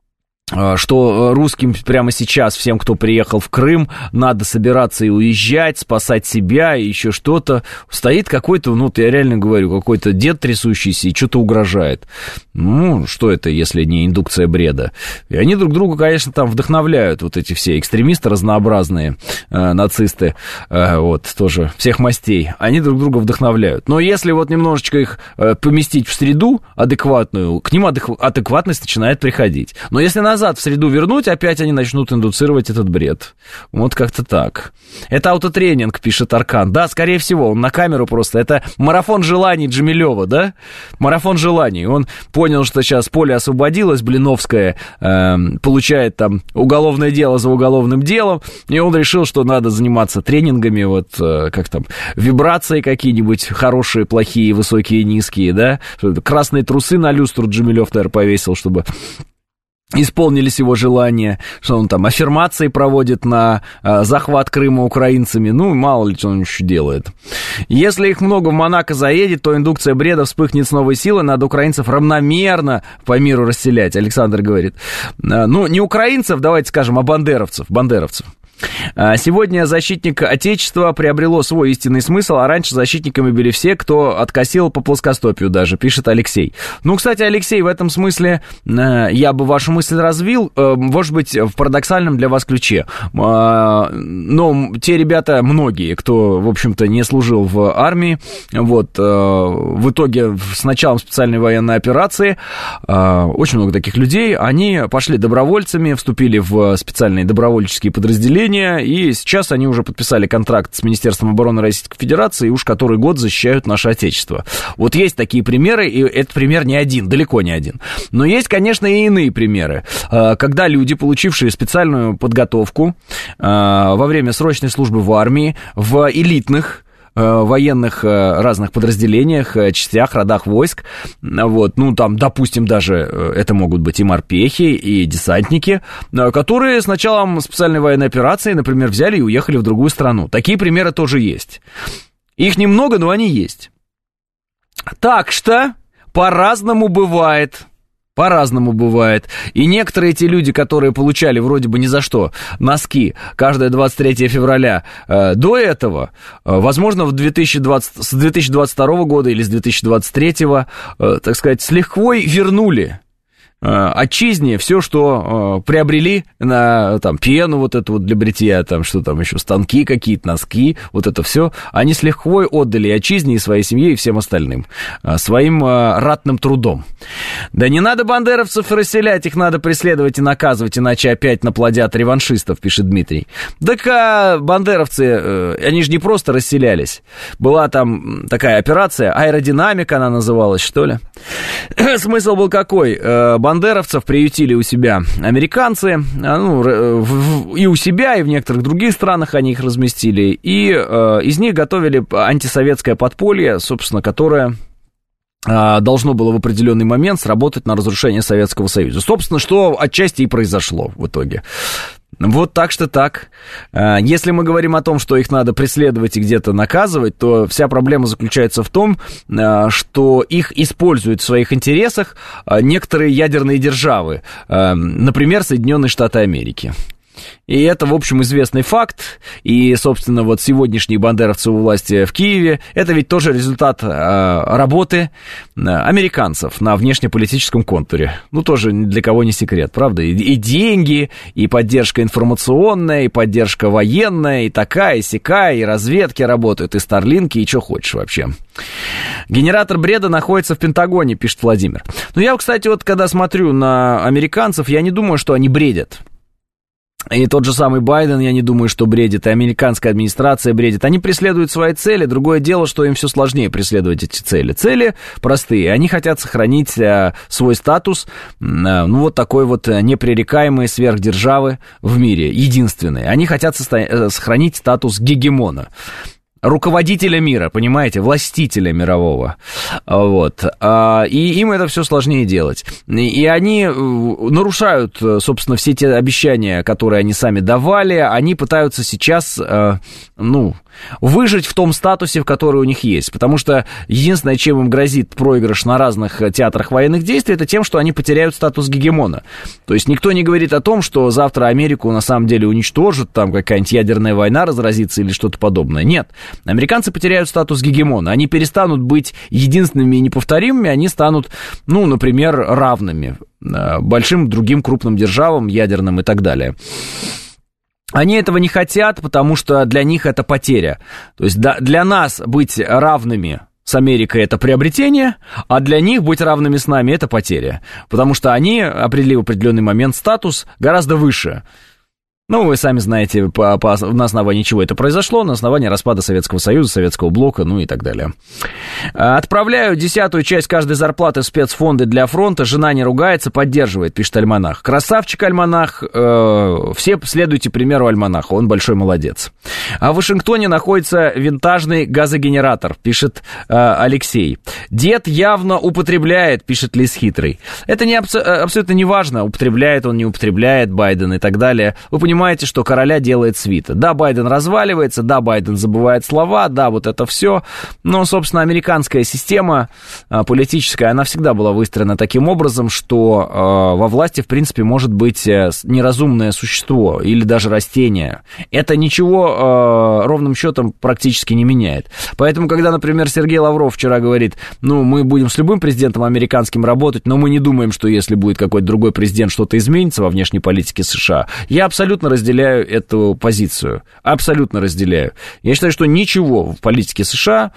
что русским прямо сейчас, всем, кто приехал в Крым, надо собираться и уезжать, спасать себя и еще что-то. Стоит какой-то, ну, я реально говорю, какой-то дед трясущийся и что-то угрожает. Ну, что это, если не индукция бреда? И они друг друга, конечно, там вдохновляют, вот эти все экстремисты разнообразные, нацисты, вот, тоже всех мастей. Они друг друга вдохновляют. Но если вот немножечко их поместить в среду адекватную, к ним адекватность начинает приходить. Но если назад в среду вернуть, опять они начнут индуцировать этот бред. Вот как-то так. Это аутотренинг, пишет Аркан. Да, скорее всего, он на камеру просто. Это марафон желаний Джемилева, да? Марафон желаний. Он понял, что сейчас поле освободилось, Блиновская получает там уголовное дело за уголовным делом, и он решил, что надо заниматься тренингами, вот как там, вибрации какие-нибудь хорошие, плохие, высокие, низкие, да? Красные трусы на люстру Джемилев, наверное, повесил, чтобы исполнились его желания, что он там аффирмации проводит на захват Крыма украинцами, ну, мало ли, что он еще делает. Если их много в Монако заедет, то индукция бреда вспыхнет с новой силой, надо украинцев равномерно по миру расселять, Александр говорит. Ну, не украинцев, давайте скажем, а бандеровцев. Сегодня защитник Отечества приобрело свой истинный смысл, а раньше защитниками были все, кто откосил по плоскостопию даже, пишет Алексей. Ну, кстати, Алексей, в этом смысле я бы вашу мысль развил, может быть, в парадоксальном для вас ключе. Но те ребята, многие, кто, в общем-то, не служил в армии, вот, в итоге с началом специальной военной операции, очень много таких людей, они пошли добровольцами, вступили в специальные добровольческие подразделения, и сейчас они уже подписали контракт с Министерством обороны Российской Федерации и уж который год защищают наше Отечество. Вот есть такие примеры, и этот пример не один, далеко не один. Но есть, конечно, и иные примеры, когда люди, получившие специальную подготовку во время срочной службы в армии, в элитных военных разных подразделениях, частях, родах войск, вот, ну, там, допустим, даже это могут быть и морпехи, и десантники, которые с началом специальной военной операции, например, взяли и уехали в другую страну. Такие примеры тоже есть. Их немного, но они есть. Так что по-разному бывает. По-разному бывает. И некоторые те люди, которые получали вроде бы ни за что носки каждое 23 февраля до этого, возможно, с 2022 года или с 2023, так сказать, с лихвой вернули отчизне все, что приобрели на там пену вот эту вот для бритья, там что там еще, станки какие-то, носки, вот это все, они с лихвой отдали отчизне и своей семье и всем остальным, своим ратным трудом. Да не надо бандеровцев расселять, их надо преследовать и наказывать, иначе опять наплодят реваншистов, пишет Дмитрий. Так бандеровцы, они же не просто расселялись. Была там такая операция, аэродинамика она называлась, что ли. Смысл был какой? Бандеровцев приютили у себя американцы, ну, и у себя, и в некоторых других странах они их разместили, и из них готовили антисоветское подполье, собственно, которое должно было в определенный момент сработать на разрушение Советского Союза. Собственно, что отчасти и произошло в итоге. Вот так что так. Если мы говорим о том, что их надо преследовать и где-то наказывать, то вся проблема заключается в том, что их используют в своих интересах некоторые ядерные державы, например, Соединенные Штаты Америки. И это, в общем, известный факт. И, собственно, вот сегодняшние бандеровцы у власти в Киеве, это ведь тоже результат работы американцев на внешнеполитическом контуре. Ну, тоже для кого не секрет, правда? И деньги, и поддержка информационная, и поддержка военная, и такая, и сякая, и разведки работают, и старлинки, и что хочешь вообще. Генератор бреда находится в Пентагоне, пишет Владимир. Ну, я, кстати, вот когда смотрю на американцев, я не думаю, что они бредят. И тот же самый Байден, я не думаю, что бредит, и американская администрация бредит. Они преследуют свои цели, другое дело, что им все сложнее преследовать эти цели. Цели простые, они хотят сохранить свой статус, ну, вот такой вот непререкаемой сверхдержавы в мире, единственной. Они хотят сохранить статус гегемона. руководителя мира, понимаете, властителя мирового, вот, и им это все сложнее делать, и они нарушают, собственно, все те обещания, которые они сами давали, они пытаются сейчас, выжить в том статусе, в который у них есть, потому что единственное, чем им грозит проигрыш на разных театрах военных действий, это тем, что они потеряют статус гегемона, то есть никто не говорит о том, что завтра Америку на самом деле уничтожат, там какая-нибудь ядерная война разразится или что-то подобное, нет. Американцы потеряют статус гегемона, они перестанут быть единственными и неповторимыми, они станут, например, равными большим другим крупным державам, ядерным и так далее. Они этого не хотят, потому что для них это потеря. То есть для нас быть равными с Америкой это приобретение, а для них быть равными с нами это потеря. Потому что они определили в определенный момент статус гораздо выше. Вы сами знаете, на основании чего это произошло, на основании распада Советского Союза, Советского блока, и так далее. Отправляю 10-ю часть каждой зарплаты в спецфонды для фронта, жена не ругается, поддерживает, пишет Альманах. Красавчик Альманах, все следуйте примеру Альманаха, он большой молодец. А в Вашингтоне находится винтажный газогенератор, пишет Алексей. Дед явно употребляет, пишет Лис Хитрый. Это абсолютно не важно, употребляет он, не употребляет Байден и так далее. Вы понимаете, что короля делает свита. Да, Байден разваливается, да, Байден забывает слова, да, вот это все. Но, собственно, американская система политическая, она всегда была выстроена таким образом, что во власти, в принципе, может быть неразумное существо или даже растение. Это ничего ровным счетом практически не меняет. Поэтому, когда, например, Сергей Лавров вчера говорит, мы будем с любым президентом американским работать, но мы не думаем, что если будет какой-то другой президент, что-то изменится во внешней политике США. Я абсолютно разделяю эту позицию. Абсолютно разделяю. Я считаю, что ничего в политике США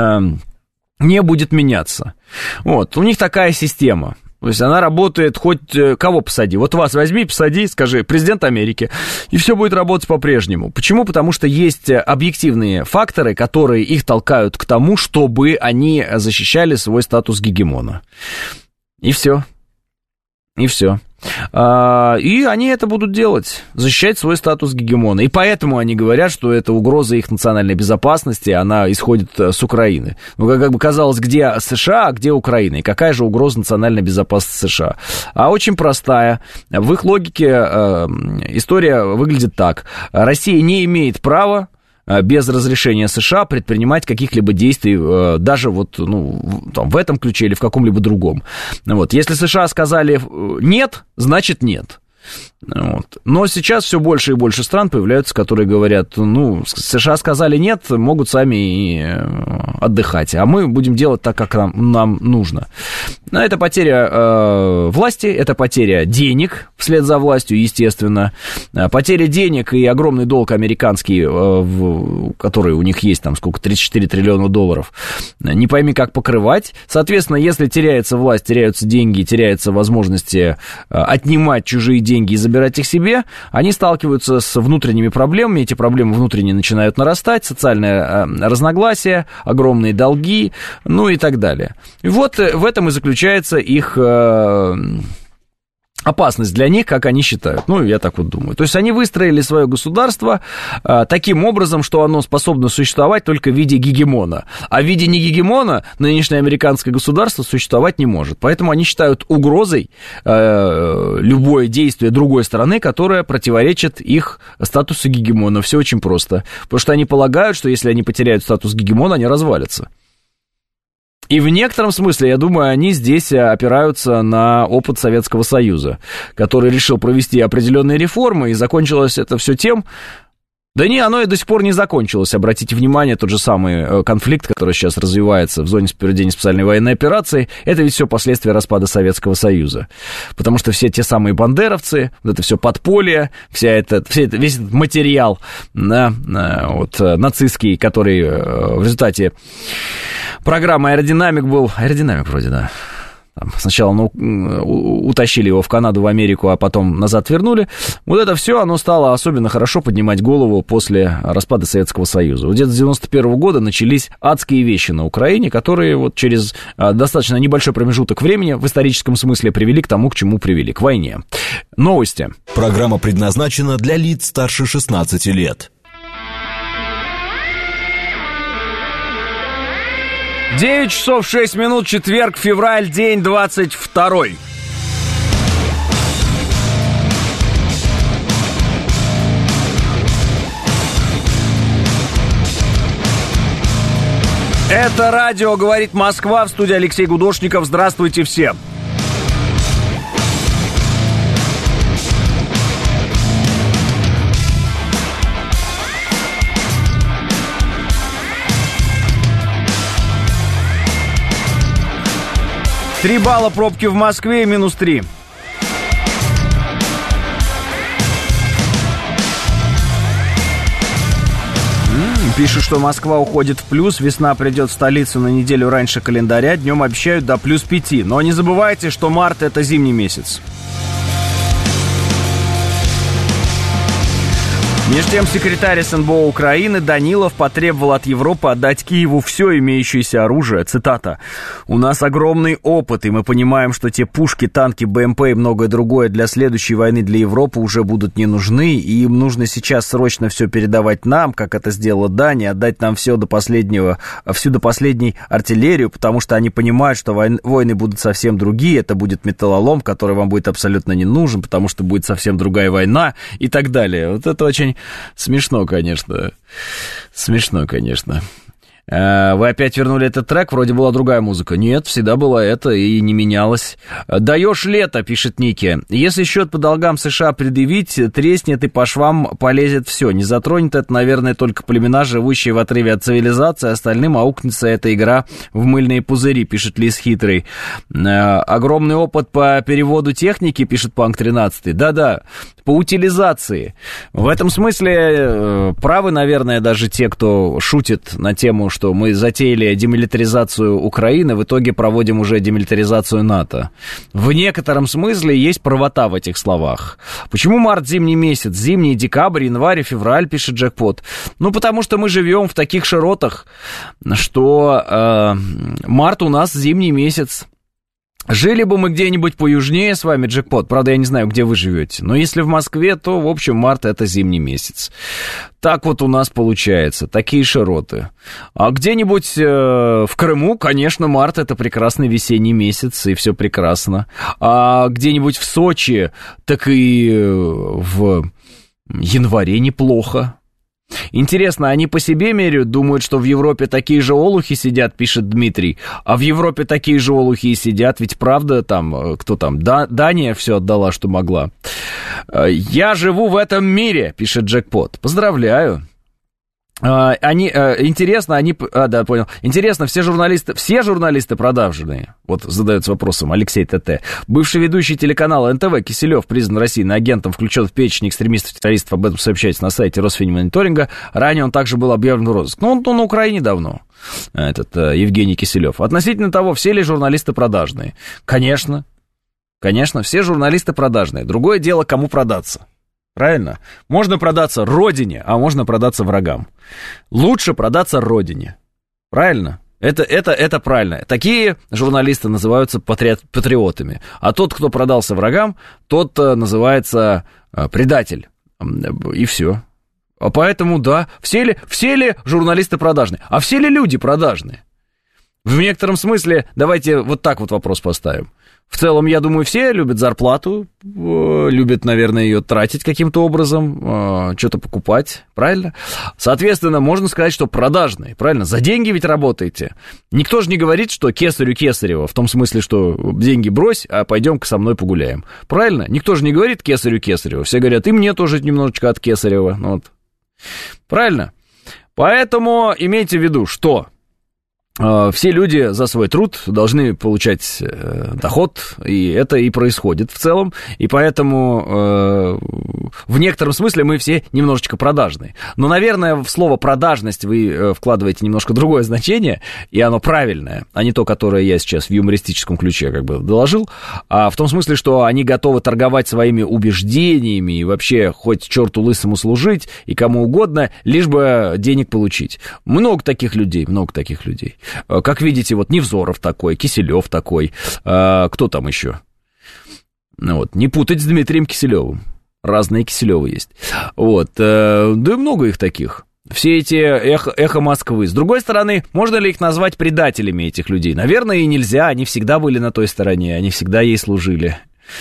не будет меняться. У них такая система. То есть она работает хоть кого посади. Вот вас возьми, посади, скажи, президент Америки, и все будет работать по-прежнему. Почему? Потому что есть объективные факторы, которые их толкают к тому, чтобы они защищали свой статус гегемона. И все. И они это будут делать, защищать свой статус гегемона. И поэтому они говорят, что это угроза их национальной безопасности, она исходит с Украины. Как бы казалось, где США, а где Украина? И какая же угроза национальной безопасности США? А очень простая. В их логике история выглядит так. Россия не имеет права без разрешения США предпринимать каких-либо действий, даже в этом ключе или в каком-либо другом. Если США сказали «нет», значит «нет». Но сейчас все больше и больше стран появляются, которые говорят, США сказали нет, могут сами и отдыхать, а мы будем делать так, как нам нужно. Это потеря власти, это потеря денег вслед за властью, естественно, потеря денег и огромный долг американский, который у них есть, 34 триллиона долларов, не пойми как покрывать. Соответственно, если теряется власть, теряются деньги, теряются возможности отнимать чужие деньги и забирать их себе, они сталкиваются с внутренними проблемами, эти проблемы внутренне начинают нарастать, социальное разногласие, огромные долги, и так далее. И вот в этом и заключается их опасность для них, как они считают. Я так вот думаю. То есть они выстроили свое государство таким образом, что оно способно существовать только в виде гегемона. А в виде не гегемона нынешнее американское государство существовать не может. Поэтому они считают угрозой любое действие другой страны, которое противоречит их статусу гегемона. Все очень просто. Потому что они полагают, что если они потеряют статус гегемона, они развалятся. И в некотором смысле, я думаю, они здесь опираются на опыт Советского Союза, который решил провести определенные реформы, и закончилось это все тем... оно и до сих пор не закончилось. Обратите внимание, тот же самый конфликт, который сейчас развивается в зоне проведения специальной военной операции, это ведь все последствия распада Советского Союза. Потому что все те самые бандеровцы, это все подполье, весь этот материал нацистский, который в результате программы «Аэродинамик» был... «Аэродинамик» вроде, да. Сначала утащили его в Канаду, в Америку, а потом назад вернули. Вот это все, оно стало особенно хорошо поднимать голову после распада Советского Союза. Где-то с 91 года начались адские вещи на Украине, которые через достаточно небольшой промежуток времени в историческом смысле привели к тому, к чему привели, к войне. Новости. Программа предназначена для лиц старше 16 лет. 9 часов 6 минут, четверг, февраль, день 22. Это радио «Говорит Москва», в студии Алексей Гудошников. Здравствуйте всем. Три балла пробки в Москве и минус 3. Пишут, что Москва уходит в плюс, весна придет в столицу на неделю раньше календаря, днем обещают до плюс 5. Но не забывайте, что март — это зимний месяц. Между тем, секретарь СНБО Украины Данилов потребовал от Европы отдать Киеву все имеющееся оружие. Цитата. «У нас огромный опыт, и мы понимаем, что те пушки, танки, БМП и многое другое для следующей войны для Европы уже будут не нужны, и им нужно сейчас срочно все передавать нам, как это сделала Дания, отдать нам все до последнего, всю до последней артиллерию, потому что они понимают, что войны будут совсем другие, это будет металлолом, который вам будет абсолютно не нужен, потому что будет совсем другая война» и так далее. Вот это очень смешно, конечно. Смешно, конечно. Вы опять вернули этот трек, вроде была другая музыка. Нет, всегда была это и не менялась. «Даешь лето», пишет Ники. «Если счет по долгам США предъявить, треснет и по швам полезет все. Не затронет это, наверное, только племена, живущие в отрыве от цивилизации, остальным аукнется эта игра в мыльные пузыри», пишет Лис Хитрый. «Огромный опыт по переводу техники», пишет Панк 13. Да-да, по утилизации. В этом смысле правы, наверное, даже те, кто шутит на тему, что мы затеяли демилитаризацию Украины, в итоге проводим уже демилитаризацию НАТО. В некотором смысле есть правота в этих словах. Почему март зимний месяц? Зимний, декабрь, январь, февраль, пишет Джекпот. Ну, потому что мы живем в таких широтах, что март у нас зимний месяц. Жили бы мы где-нибудь поюжнее с вами, Джекпот, правда, я не знаю, где вы живете, но если в Москве, то, в общем, март — это зимний месяц. Так вот у нас получается, такие широты. А где-нибудь в Крыму, конечно, март — это прекрасный весенний месяц, и все прекрасно. А где-нибудь в Сочи, так и в январе неплохо. Интересно, они по себе меряют, думают, что в Европе такие же олухи сидят, пишет Дмитрий, а в Европе такие же олухи и сидят, ведь правда там, кто там, Дания все отдала, что могла. «Я живу в этом мире», пишет Джекпот. Поздравляю. Интересно, все журналисты продажные. Вот задается вопросом Алексей ТТ. Бывший ведущий телеканала НТВ Киселев признан Российным агентом, включен в перечень экстремистов-террористов, об этом сообщается на сайте Росфинмониторинга. Ранее он также был объявлен в розыск. Но он на Украине давно, этот Евгений Киселев. Относительно того, все ли журналисты продажные? Конечно, все журналисты продажные. Другое дело, кому продаться. Правильно? Можно продаться родине, а можно продаться врагам. Лучше продаться родине. Правильно? Это правильно. Такие журналисты называются патриотами. А тот, кто продался врагам, тот называется предатель. И все. А поэтому, да, все ли журналисты продажные? А все ли люди продажные? В некотором смысле, давайте вот так вот вопрос поставим. В целом, я думаю, все любят зарплату, любят, наверное, ее тратить каким-то образом, что-то покупать, правильно? Соответственно, можно сказать, что продажные, правильно? За деньги ведь работаете. Никто же не говорит, что кесарю кесарево, в том смысле, что деньги брось, а пойдем-ка со мной погуляем. Правильно? Никто же не говорит кесарю кесарево. Все говорят, и мне тоже немножечко от кесарева. Ну, вот. Правильно? Поэтому имейте в виду, что... Все люди за свой труд должны получать доход, и это и происходит в целом, и поэтому в некотором смысле мы все немножечко продажные. Но, наверное, в слово «продажность» вы вкладываете немножко другое значение, и оно правильное, а не то, которое я сейчас в юмористическом ключе как бы доложил, а в том смысле, что они готовы торговать своими убеждениями и вообще хоть черту лысому служить и кому угодно, лишь бы денег получить. Много таких людей. Как видите, вот Невзоров такой, Киселев такой, кто там еще? Вот, не путать с Дмитрием Киселевым. Разные Киселевы есть. Вот, да и много их таких. все эти эхо Москвы. С другой стороны, можно ли их назвать предателями, этих людей? Наверное, и нельзя. Они всегда были на той стороне, они всегда ей служили.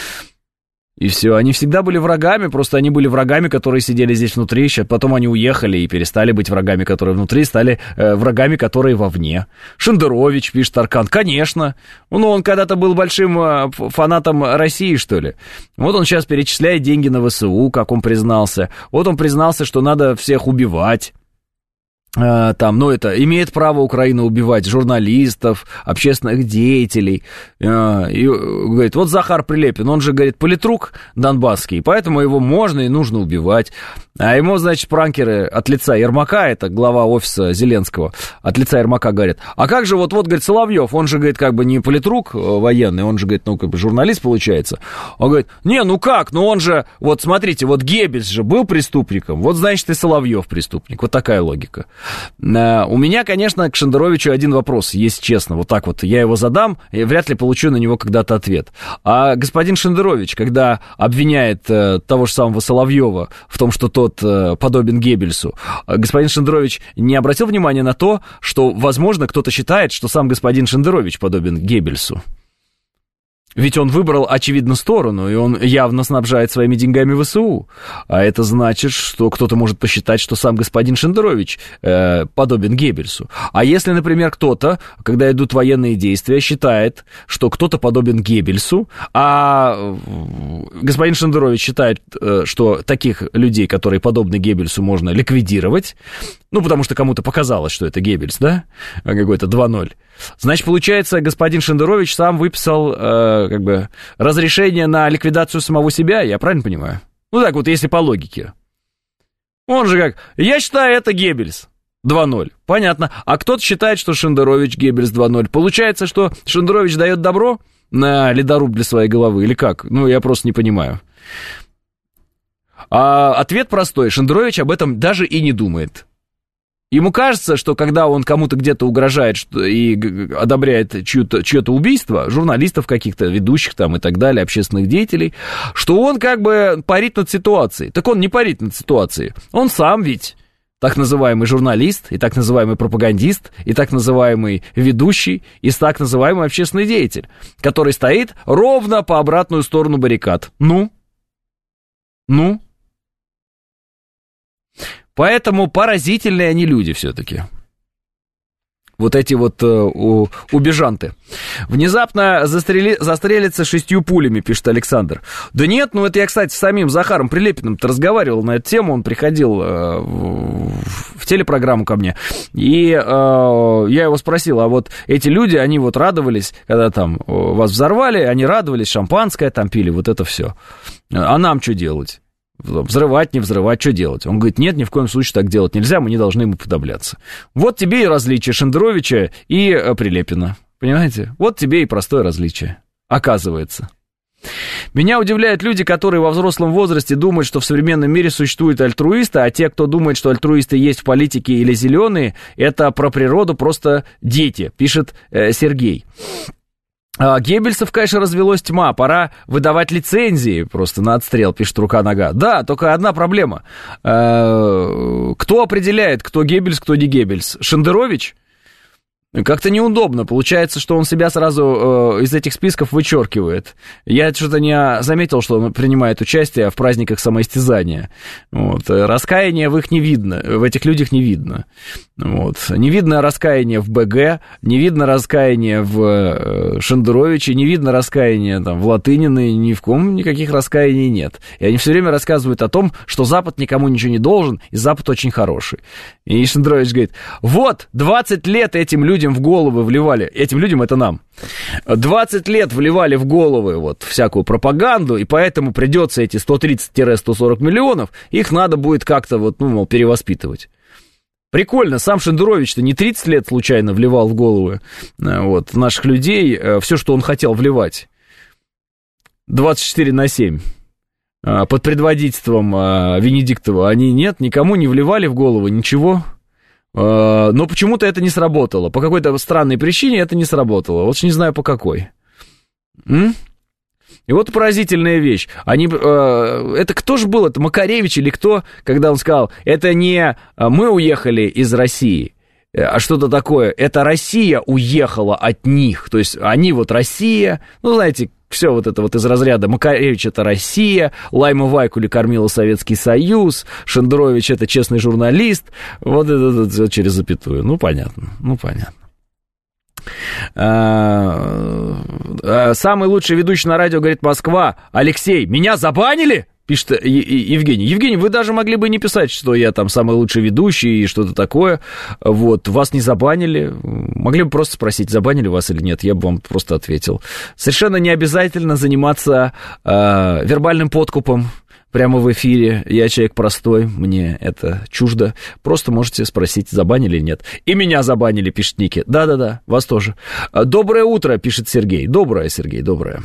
И все, они всегда были врагами, просто они были врагами, которые сидели здесь внутри, потом они уехали и перестали быть врагами, которые внутри, стали врагами, которые вовне. Шендерович, пишет Аркан, конечно. Ну, он когда-то был большим фанатом России, что ли. Вот он сейчас перечисляет деньги на ВСУ, как он признался. Вот он признался, что надо всех убивать. Там, ну, это, имеет право Украина убивать журналистов, общественных деятелей. И говорит, вот Захар Прилепин, он же, говорит, политрук донбасский, поэтому его можно и нужно убивать. А ему, значит, пранкеры от лица Ермака, это глава офиса Зеленского, от лица Ермака говорят, а как же вот, говорит, Соловьев, он же, говорит, как бы не политрук военный, он же, говорит, ну, как бы журналист получается. Он говорит, не, ну как, ну он же, вот смотрите, вот Геббельс же был преступником, вот, значит, и Соловьев преступник, вот такая логика. У меня, конечно, к Шендеровичу один вопрос, если честно, вот так вот, я его задам, и вряд ли получу на него когда-то ответ. А господин Шендерович, когда обвиняет того же самого Соловьева в том, что тот подобен Геббельсу, господин Шендерович не обратил внимания на то, что, возможно, кто-то считает, что сам господин Шендерович подобен Геббельсу. Ведь он выбрал, очевидно, сторону, и он явно снабжает своими деньгами ВСУ. А это значит, что кто-то может посчитать, что сам господин Шендерович подобен Геббельсу. А если, например, кто-то, когда идут военные действия, считает, что кто-то подобен Геббельсу, а господин Шендерович считает, что таких людей, которые подобны Геббельсу, можно ликвидировать, ну, потому что кому-то показалось, что это Геббельс, да, какой-то 2.0. Значит, получается, господин Шендерович сам выписал, как бы, разрешение на ликвидацию самого себя, я правильно понимаю? Ну, так вот, если по логике. Он же как, я считаю, это Геббельс 2.0, понятно. А кто-то считает, что Шендерович Геббельс 2.0. Получается, что Шендерович дает добро на ледоруб для своей головы, или как? Ну, я просто не понимаю. А ответ простой, Шендерович об этом даже и не думает. Ему кажется, что когда он кому-то где-то угрожает и одобряет чье-то убийство, журналистов каких-то, ведущих там и так далее, общественных деятелей, что он как бы парит над ситуацией. Так он не парит над ситуацией. Он сам ведь так называемый журналист, и так называемый пропагандист, и так называемый ведущий, и так называемый общественный деятель, который стоит ровно по обратную сторону баррикад. Ну? Поэтому поразительные они люди все-таки. Вот эти вот убежанты. Внезапно застрелится 6 пулями, пишет Александр. Да нет, ну это я, кстати, с самим Захаром Прилепиным-то разговаривал на эту тему. Он приходил в телепрограмму ко мне. И я его спросил, а вот эти люди, они вот радовались, когда там вас взорвали, они радовались, шампанское там пили, вот это все. А нам что делать? Взрывать, не взрывать, что делать? Он говорит, нет, ни в коем случае так делать нельзя, мы не должны ему подобляться. Вот тебе и различие Шендеровича и Прилепина, понимаете? Вот тебе и простое различие, оказывается. Меня удивляют люди, которые во взрослом возрасте думают, что в современном мире существуют альтруисты, а те, кто думает, что альтруисты есть в политике или зеленые, это про природу просто дети, пишет Сергей. Геббельсов, конечно, развелось тьма, пора выдавать лицензии просто на отстрел, пишет Рука-Нога. Да, только одна проблема. Кто определяет, кто Геббельс, кто не Геббельс? Шендерович? Как-то неудобно. Получается, что он себя сразу из этих списков вычеркивает. Я что-то не заметил, что он принимает участие в праздниках самоистязания. Вот. Раскаяния в их не видно, в этих людях не видно. Вот. Не видно раскаяния в БГ, не видно раскаяния в Шендеровиче, не видно раскаяния там, в Латыниной, ни в ком никаких раскаяний нет. И они все время рассказывают о том, что Запад никому ничего не должен, и Запад очень хороший. И Шендерович говорит, вот, 20 лет этим людям в головы вливали, этим людям это нам, 20 лет вливали в головы вот всякую пропаганду, и поэтому придется эти 130-140 миллионов, их надо будет как-то вот, ну, мол, перевоспитывать. Прикольно, сам Шендерович-то не 30 лет случайно вливал в головы вот, наших людей все, что он хотел вливать. 24/7. Под предводительством Венедиктова они нет, никому не вливали в голову ничего. Но почему-то это не сработало. По какой-то странной причине это не сработало. Вот не знаю по какой. И вот поразительная вещь. Это кто же был? Это Макаревич или кто? Когда он сказал, это не мы уехали из России, а что-то такое. Это Россия уехала от них. То есть они вот Россия, ну, знаете, все вот это вот из разряда Макаревич — это Россия, Лайма Вайкули кормила Советский Союз, Шендерович — это честный журналист. Вот это все через запятую. Ну, понятно. Самый лучший ведущий на радио, говорит, Москва. Алексей, меня забанили? Пишет Евгений. Евгений, вы даже могли бы не писать, что я там самый лучший ведущий и что-то такое. Вот, вас не забанили. Могли бы просто спросить, забанили вас или нет. Я бы вам просто ответил. Совершенно не обязательно заниматься вербальным подкупом прямо в эфире. Я человек простой, мне это чуждо. Просто можете спросить, забанили или нет. И меня забанили, пишет Ники. Да-да-да, вас тоже. Доброе утро, пишет Сергей. Доброе, Сергей, доброе.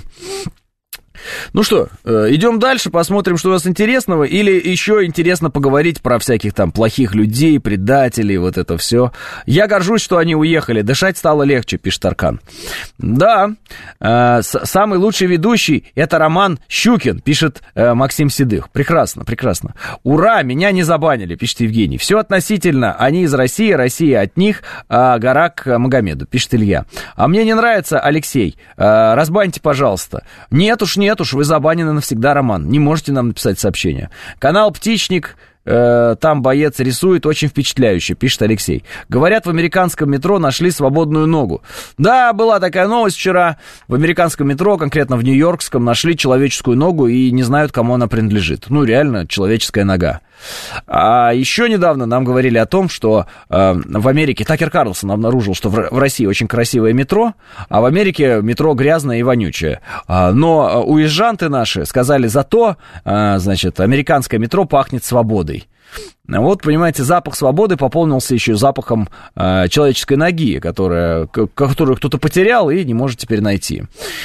Ну что, идем дальше, посмотрим, что у нас интересного, или еще интересно поговорить про всяких там плохих людей, предателей, вот это все. Я горжусь, что они уехали, дышать стало легче, пишет Аркан. Да, самый лучший ведущий — это Роман Щукин, пишет Максим Седых. Прекрасно, прекрасно. Ура, меня не забанили, пишет Евгений. Все относительно, они из России, Россия от них, гора к Магомеду, пишет Илья. А мне не нравится, Алексей, разбаньте, пожалуйста. Нет уж, вы забанены навсегда, Роман. Не можете нам написать сообщение. Канал «Птичник», там боец рисует, очень впечатляюще, пишет Алексей. Говорят, в американском метро нашли свободную ногу. Да, была такая новость вчера. В американском метро, конкретно в нью-йоркском, нашли человеческую ногу и не знают, кому она принадлежит. Ну, реально, человеческая нога. А еще недавно нам говорили о том, что в Америке Такер Карлсон обнаружил, что в России очень красивое метро, а в Америке метро грязное и вонючее. Но уезжанты наши сказали, зато, значит, американское метро пахнет свободой. Вот, понимаете, запах свободы пополнился еще запахом человеческой ноги, которую кто-то потерял и не может теперь найти.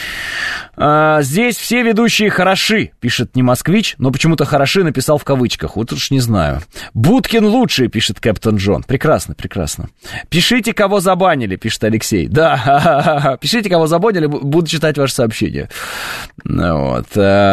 Здесь все ведущие хороши, пишет не москвич, но почему-то хороши написал в кавычках, вот уж не знаю. Будкин лучший, пишет Кэптон Джон. Прекрасно, прекрасно. Пишите, кого забанили, пишет Алексей. Да, пишите, кого забанили, буду читать ваши сообщения. Вот.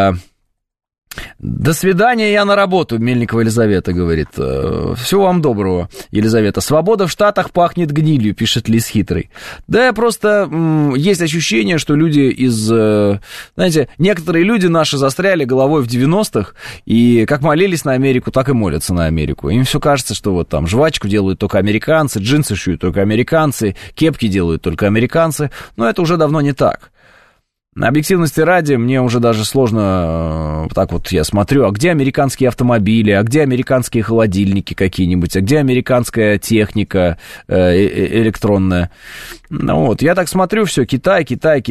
До свидания, я на работу, Мельникова Елизавета говорит. Всего вам доброго, Елизавета. Свобода в Штатах пахнет гнилью, пишет Лис Хитрый. Да, просто есть ощущение, что люди знаете, некоторые люди наши застряли головой в 90-х, и как молились на Америку, так и молятся на Америку. Им все кажется, что вот там жвачку делают только американцы, джинсы шьют только американцы, кепки делают только американцы, но это уже давно не так. На объективности ради мне уже даже сложно, так вот я смотрю, а где американские автомобили, а где американские холодильники какие-нибудь, а где американская техника электронная. Ну вот, я так смотрю, все, Китай,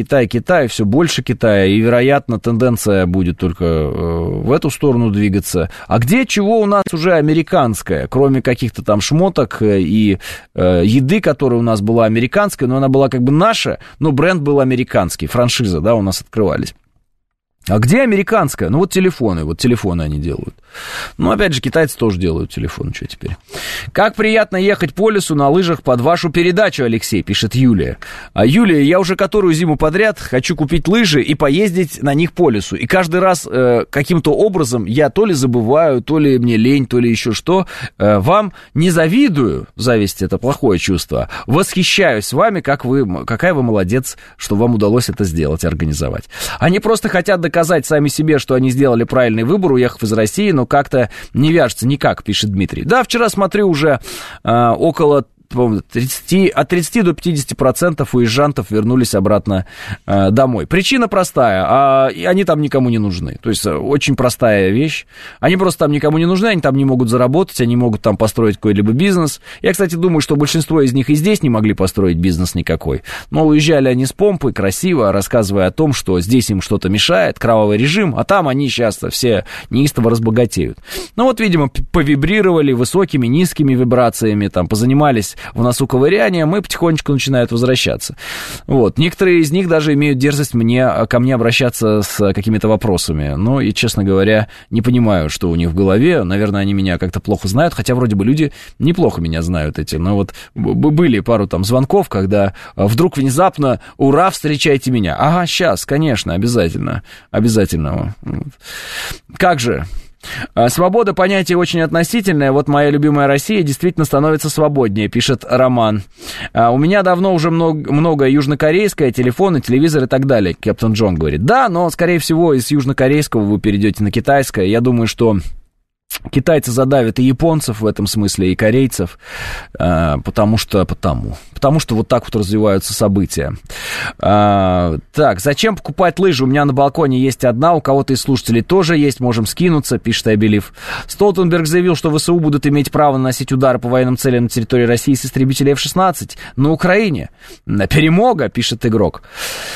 все больше Китая, и, вероятно, тенденция будет только в эту сторону двигаться. А где чего у нас уже американское, кроме каких-то там шмоток и еды, которая у нас была американская, но она была как бы наша, но бренд был американский, франшиза, да, у нас открывались. А где американская? Ну, вот телефоны они делают. Ну, опять же, китайцы тоже делают телефон, что теперь? Как приятно ехать по лесу на лыжах под вашу передачу, Алексей, пишет Юлия. А Юлия, я уже которую зиму подряд хочу купить лыжи и поездить на них по лесу. И каждый раз каким-то образом я то ли забываю, то ли мне лень, то ли еще что. Вам не завидую, зависть — это плохое чувство, восхищаюсь вами, какая вы молодец, что вам удалось это сделать, организовать. Они просто хотят доказать сами себе, что они сделали правильный выбор, уехав из России, но как-то не вяжется никак, пишет Дмитрий. Да, вчера смотрю уже около от 30 до 50% уезжантов вернулись обратно домой. Причина простая, они там никому не нужны. То есть очень простая вещь. Они просто там никому не нужны, они там не могут заработать, они могут там построить какой-либо бизнес. Я, кстати, думаю, что большинство из них и здесь не могли построить бизнес никакой. Но уезжали они с помпой, красиво, рассказывая о том, что здесь им что-то мешает, кровавый режим, а там они сейчас все неистово разбогатеют. Ну вот, видимо, повибрировали высокими, низкими вибрациями, там, позанимались в носу ковыряния, мы потихонечку начинают возвращаться. Вот. Некоторые из них даже имеют дерзость ко мне обращаться с какими-то вопросами. Ну, и, честно говоря, не понимаю, что у них в голове. Наверное, они меня как-то плохо знают, хотя вроде бы люди неплохо меня знают эти. Но вот были пару там звонков, когда вдруг внезапно, ура, встречайте меня. Ага, сейчас, конечно, обязательно. Обязательно. Как же? Свобода — понятие очень относительное. Вот моя любимая Россия действительно становится свободнее, пишет Роман. У меня давно уже много южнокорейское, телефоны, телевизор и так далее, Кэптон Джон говорит. Да, но, скорее всего, из южнокорейского вы перейдете на китайское. Я думаю, что китайцы задавят и японцев в этом смысле, и корейцев, потому что вот так вот развиваются события. Так, зачем покупать лыжи? У меня на балконе есть одна, у кого-то из слушателей тоже есть, можем скинуться, пишет Айбелив. Столтенберг заявил, что ВСУ будут иметь право наносить удары по военным целям на территории России с истребителей F-16 на Украине. Перемога, пишет игрок.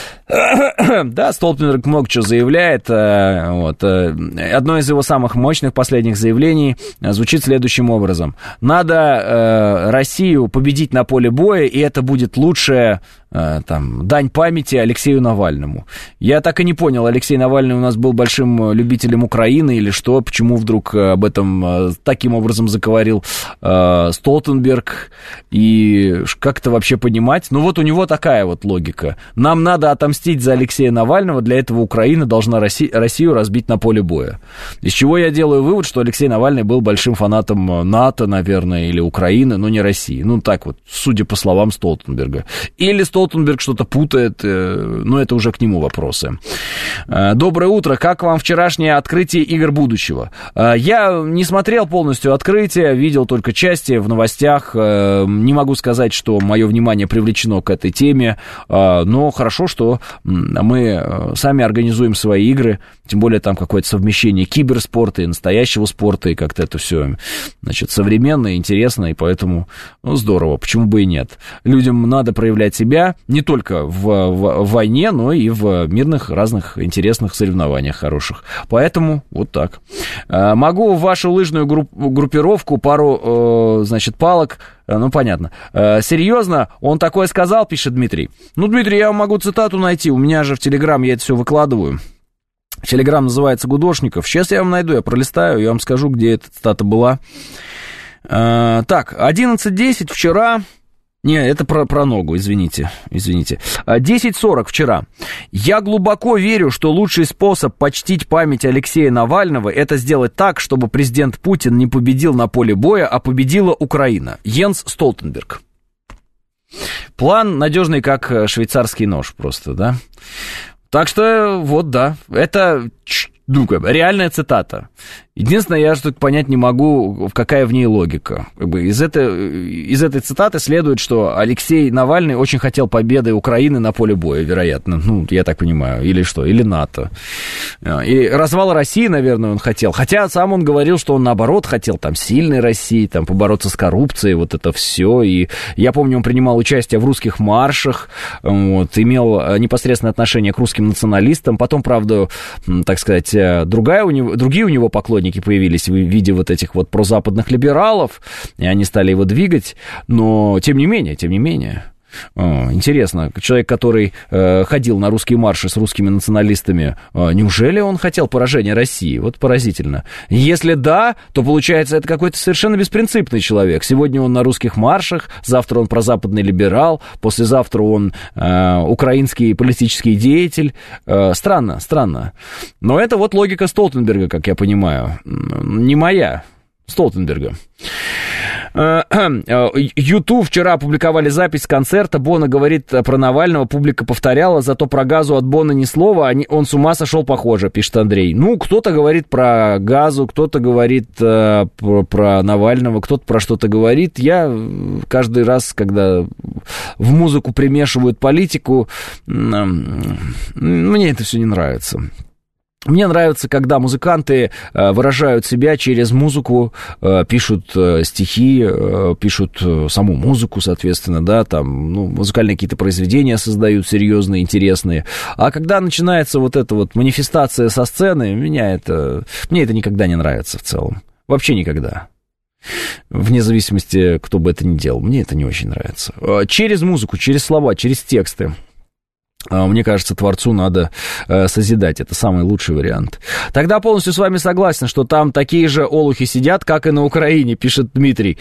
Да, Столтенберг много чего заявляет. Вот. Одно из его самых мощных последних заявлений звучит следующим образом. Надо Россию победить на поле боя, и это будет лучшая дань памяти Алексею Навальному. Я так и не понял, Алексей Навальный у нас был большим любителем Украины или что, почему вдруг об этом таким образом заговорил Столтенберг, и как это вообще понимать? Ну вот у него такая вот логика. Нам надо отомстить за Алексея Навального, для этого Украина должна Россию разбить на поле боя. Из чего я делаю вывод, что Алексей Навальный был большим фанатом НАТО, наверное, или Украины, но не России. Ну так вот, судя по словам Столтенберга. Или Столтенберг что-то путает, но это уже к нему вопросы. Доброе утро. Как вам вчерашнее открытие игр будущего? Я не смотрел полностью открытие, видел только части в новостях. Не могу сказать, что мое внимание привлечено к этой теме, но хорошо, что мы сами организуем свои игры, тем более там какое-то совмещение киберспорта и настоящего спорта, и как-то это все, значит, современно, интересно, и поэтому здорово, почему бы и нет. Людям надо проявлять себя не только в войне, но и в мирных разных интересных соревнованиях хороших. Поэтому вот так. Могу в вашу лыжную группировку пару, значит, палок. Ну, понятно. Серьезно? Он такое сказал, пишет Дмитрий. Ну, Дмитрий, я могу цитату найти. У меня же в Телеграм я это все выкладываю. Телеграм называется «Гудошников». Сейчас я вам найду, я пролистаю, я вам скажу, где эта цитата была. Так, 11:10 вчера... Не, это про ногу, извините. 10:40 вчера. Я глубоко верю, что лучший способ почтить память Алексея Навального — это сделать так, чтобы президент Путин не победил на поле боя, а победила Украина. Йенс Столтенберг. План надежный, как швейцарский нож просто, да? Так что, вот, да, это реальная цитата. Единственное, я что-то понять не могу, какая в ней логика. Из этой цитаты следует, что Алексей Навальный очень хотел победы Украины на поле боя, вероятно. Ну, я так понимаю. Или что? Или НАТО. И развал России, наверное, он хотел. Хотя сам он говорил, что он, наоборот, хотел там сильной России, там побороться с коррупцией, вот это все. И я помню, он принимал участие в русских маршах, вот, имел непосредственное отношение к русским националистам. Потом, правда, так сказать, другие у него поклонники появились в виде вот этих вот прозападных либералов, и они стали его двигать, но тем не менее, интересно, человек, который ходил на русские марши с русскими националистами, неужели он хотел поражения России? Вот поразительно. Если да, то получается, это какой-то совершенно беспринципный человек. Сегодня он на русских маршах, завтра он прозападный либерал, послезавтра он украинский политический деятель. Странно. Но это вот логика Столтенберга, как я понимаю, не моя, Столтенберга. YouTube вчера опубликовали запись концерта. Бона говорит про Навального, публика повторяла, зато про Газу от Бона ни слова, он с ума сошел, похоже, пишет Андрей. Ну, кто-то говорит про Газу, кто-то говорит про Навального, кто-то про что-то говорит. Я каждый раз, когда в музыку примешивают политику, мне это все не нравится. Мне нравится, когда музыканты выражают себя через музыку, пишут стихи, пишут саму музыку, соответственно, да, там, ну, музыкальные какие-то произведения создают серьезные, интересные. А когда начинается вот эта вот манифестация со сцены, мне это никогда не нравится в целом. Вообще никогда. Вне зависимости, кто бы это ни делал. Мне это не очень нравится. Через музыку, через слова, через тексты. Мне кажется, творцу надо созидать. Это самый лучший вариант. Тогда полностью с вами согласен, что там такие же олухи сидят, как и на Украине, пишет Дмитрий.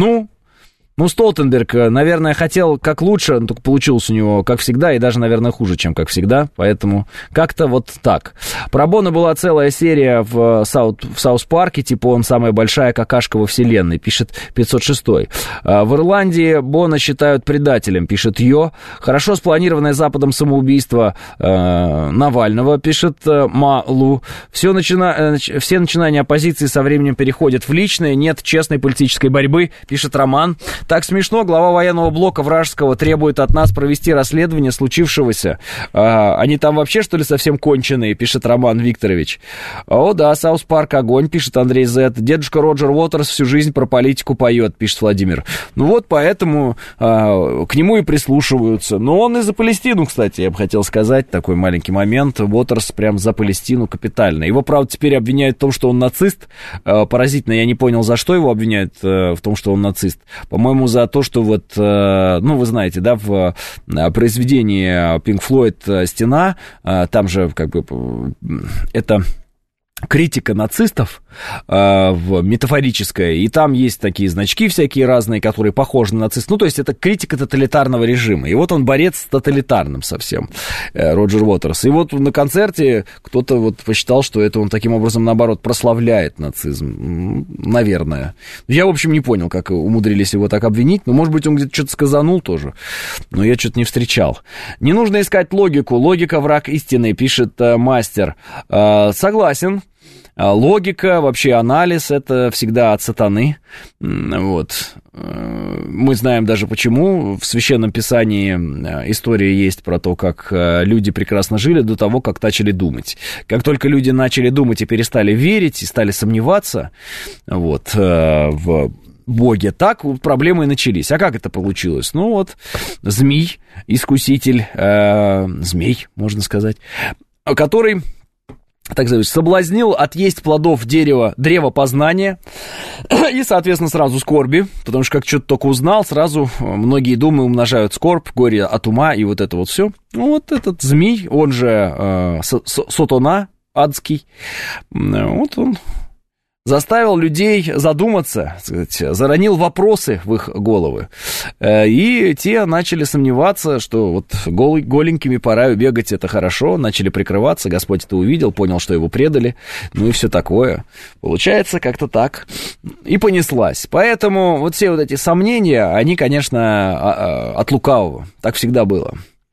Ну, Столтенберг, наверное, хотел как лучше, но только получилось у него как всегда, и даже, наверное, хуже, чем как всегда, поэтому как-то вот так. Про Бона была целая серия в Саус-парке, типа он самая большая какашка во вселенной, пишет 506. В Ирландии Бона считают предателем, пишет Йо. Хорошо спланированное Западом самоубийство Навального, пишет Малу. Все начинания оппозиции со временем переходят в личное, нет честной политической борьбы, пишет Роман. Так смешно, глава военного блока вражеского требует от нас провести расследование случившегося. Они там вообще, что ли, совсем конченые, пишет Роман Викторович. О, да, Саус-парк огонь, пишет Андрей Зет. Дедушка Роджер Уотерс всю жизнь про политику поет, пишет Владимир. Ну вот, поэтому к нему и прислушиваются. Но он и за Палестину, кстати, я бы хотел сказать, такой маленький момент. Уотерс прям за Палестину капитально. Его, правда, теперь обвиняют в том, что он нацист. Поразительно, я не понял, за что его обвиняют в том, что он нацист. По-моему, за то, что вот, ну, вы знаете, да, в произведении Pink Floyd «Стена», там же, как бы, это критика нацистов метафорическая, и там есть такие значки всякие разные, которые похожи на нацистов. Ну, то есть это критика тоталитарного режима. И вот он борец с тоталитарным совсем, Роджер Уотерс. И вот на концерте кто-то вот посчитал, что это он таким образом, наоборот, прославляет нацизм. Наверное. Я, в общем, не понял, как умудрились его так обвинить, но, может быть, он где-то что-то сказанул тоже, но я что-то не встречал. Не нужно искать логику. Логика — враг истины, пишет Мастер. Согласен. Логика, вообще анализ — это всегда от сатаны. Вот. Мы знаем даже почему. В Священном Писании история есть про то, как люди прекрасно жили до того, как начали думать. Как только люди начали думать и перестали верить, и стали сомневаться вот, в Боге, так проблемы и начались. А как это получилось? Ну вот, змей, искуситель, змей, можно сказать, который... так сказать, соблазнил отъесть плодов древа познания и, соответственно, сразу скорби, потому что как что-то только узнал, сразу многие думы умножают скорбь, горе от ума и вот это вот все. Вот этот змей, он же сатана адский, вот он заставил людей задуматься, заронил вопросы в их головы. И те начали сомневаться, что вот голенькими пора бегать, это хорошо, начали прикрываться, Господь это увидел, понял, что его предали, ну и все такое. Получается, как-то так. И понеслась. Поэтому вот все вот эти сомнения, они, конечно, от лукавого. Так всегда было.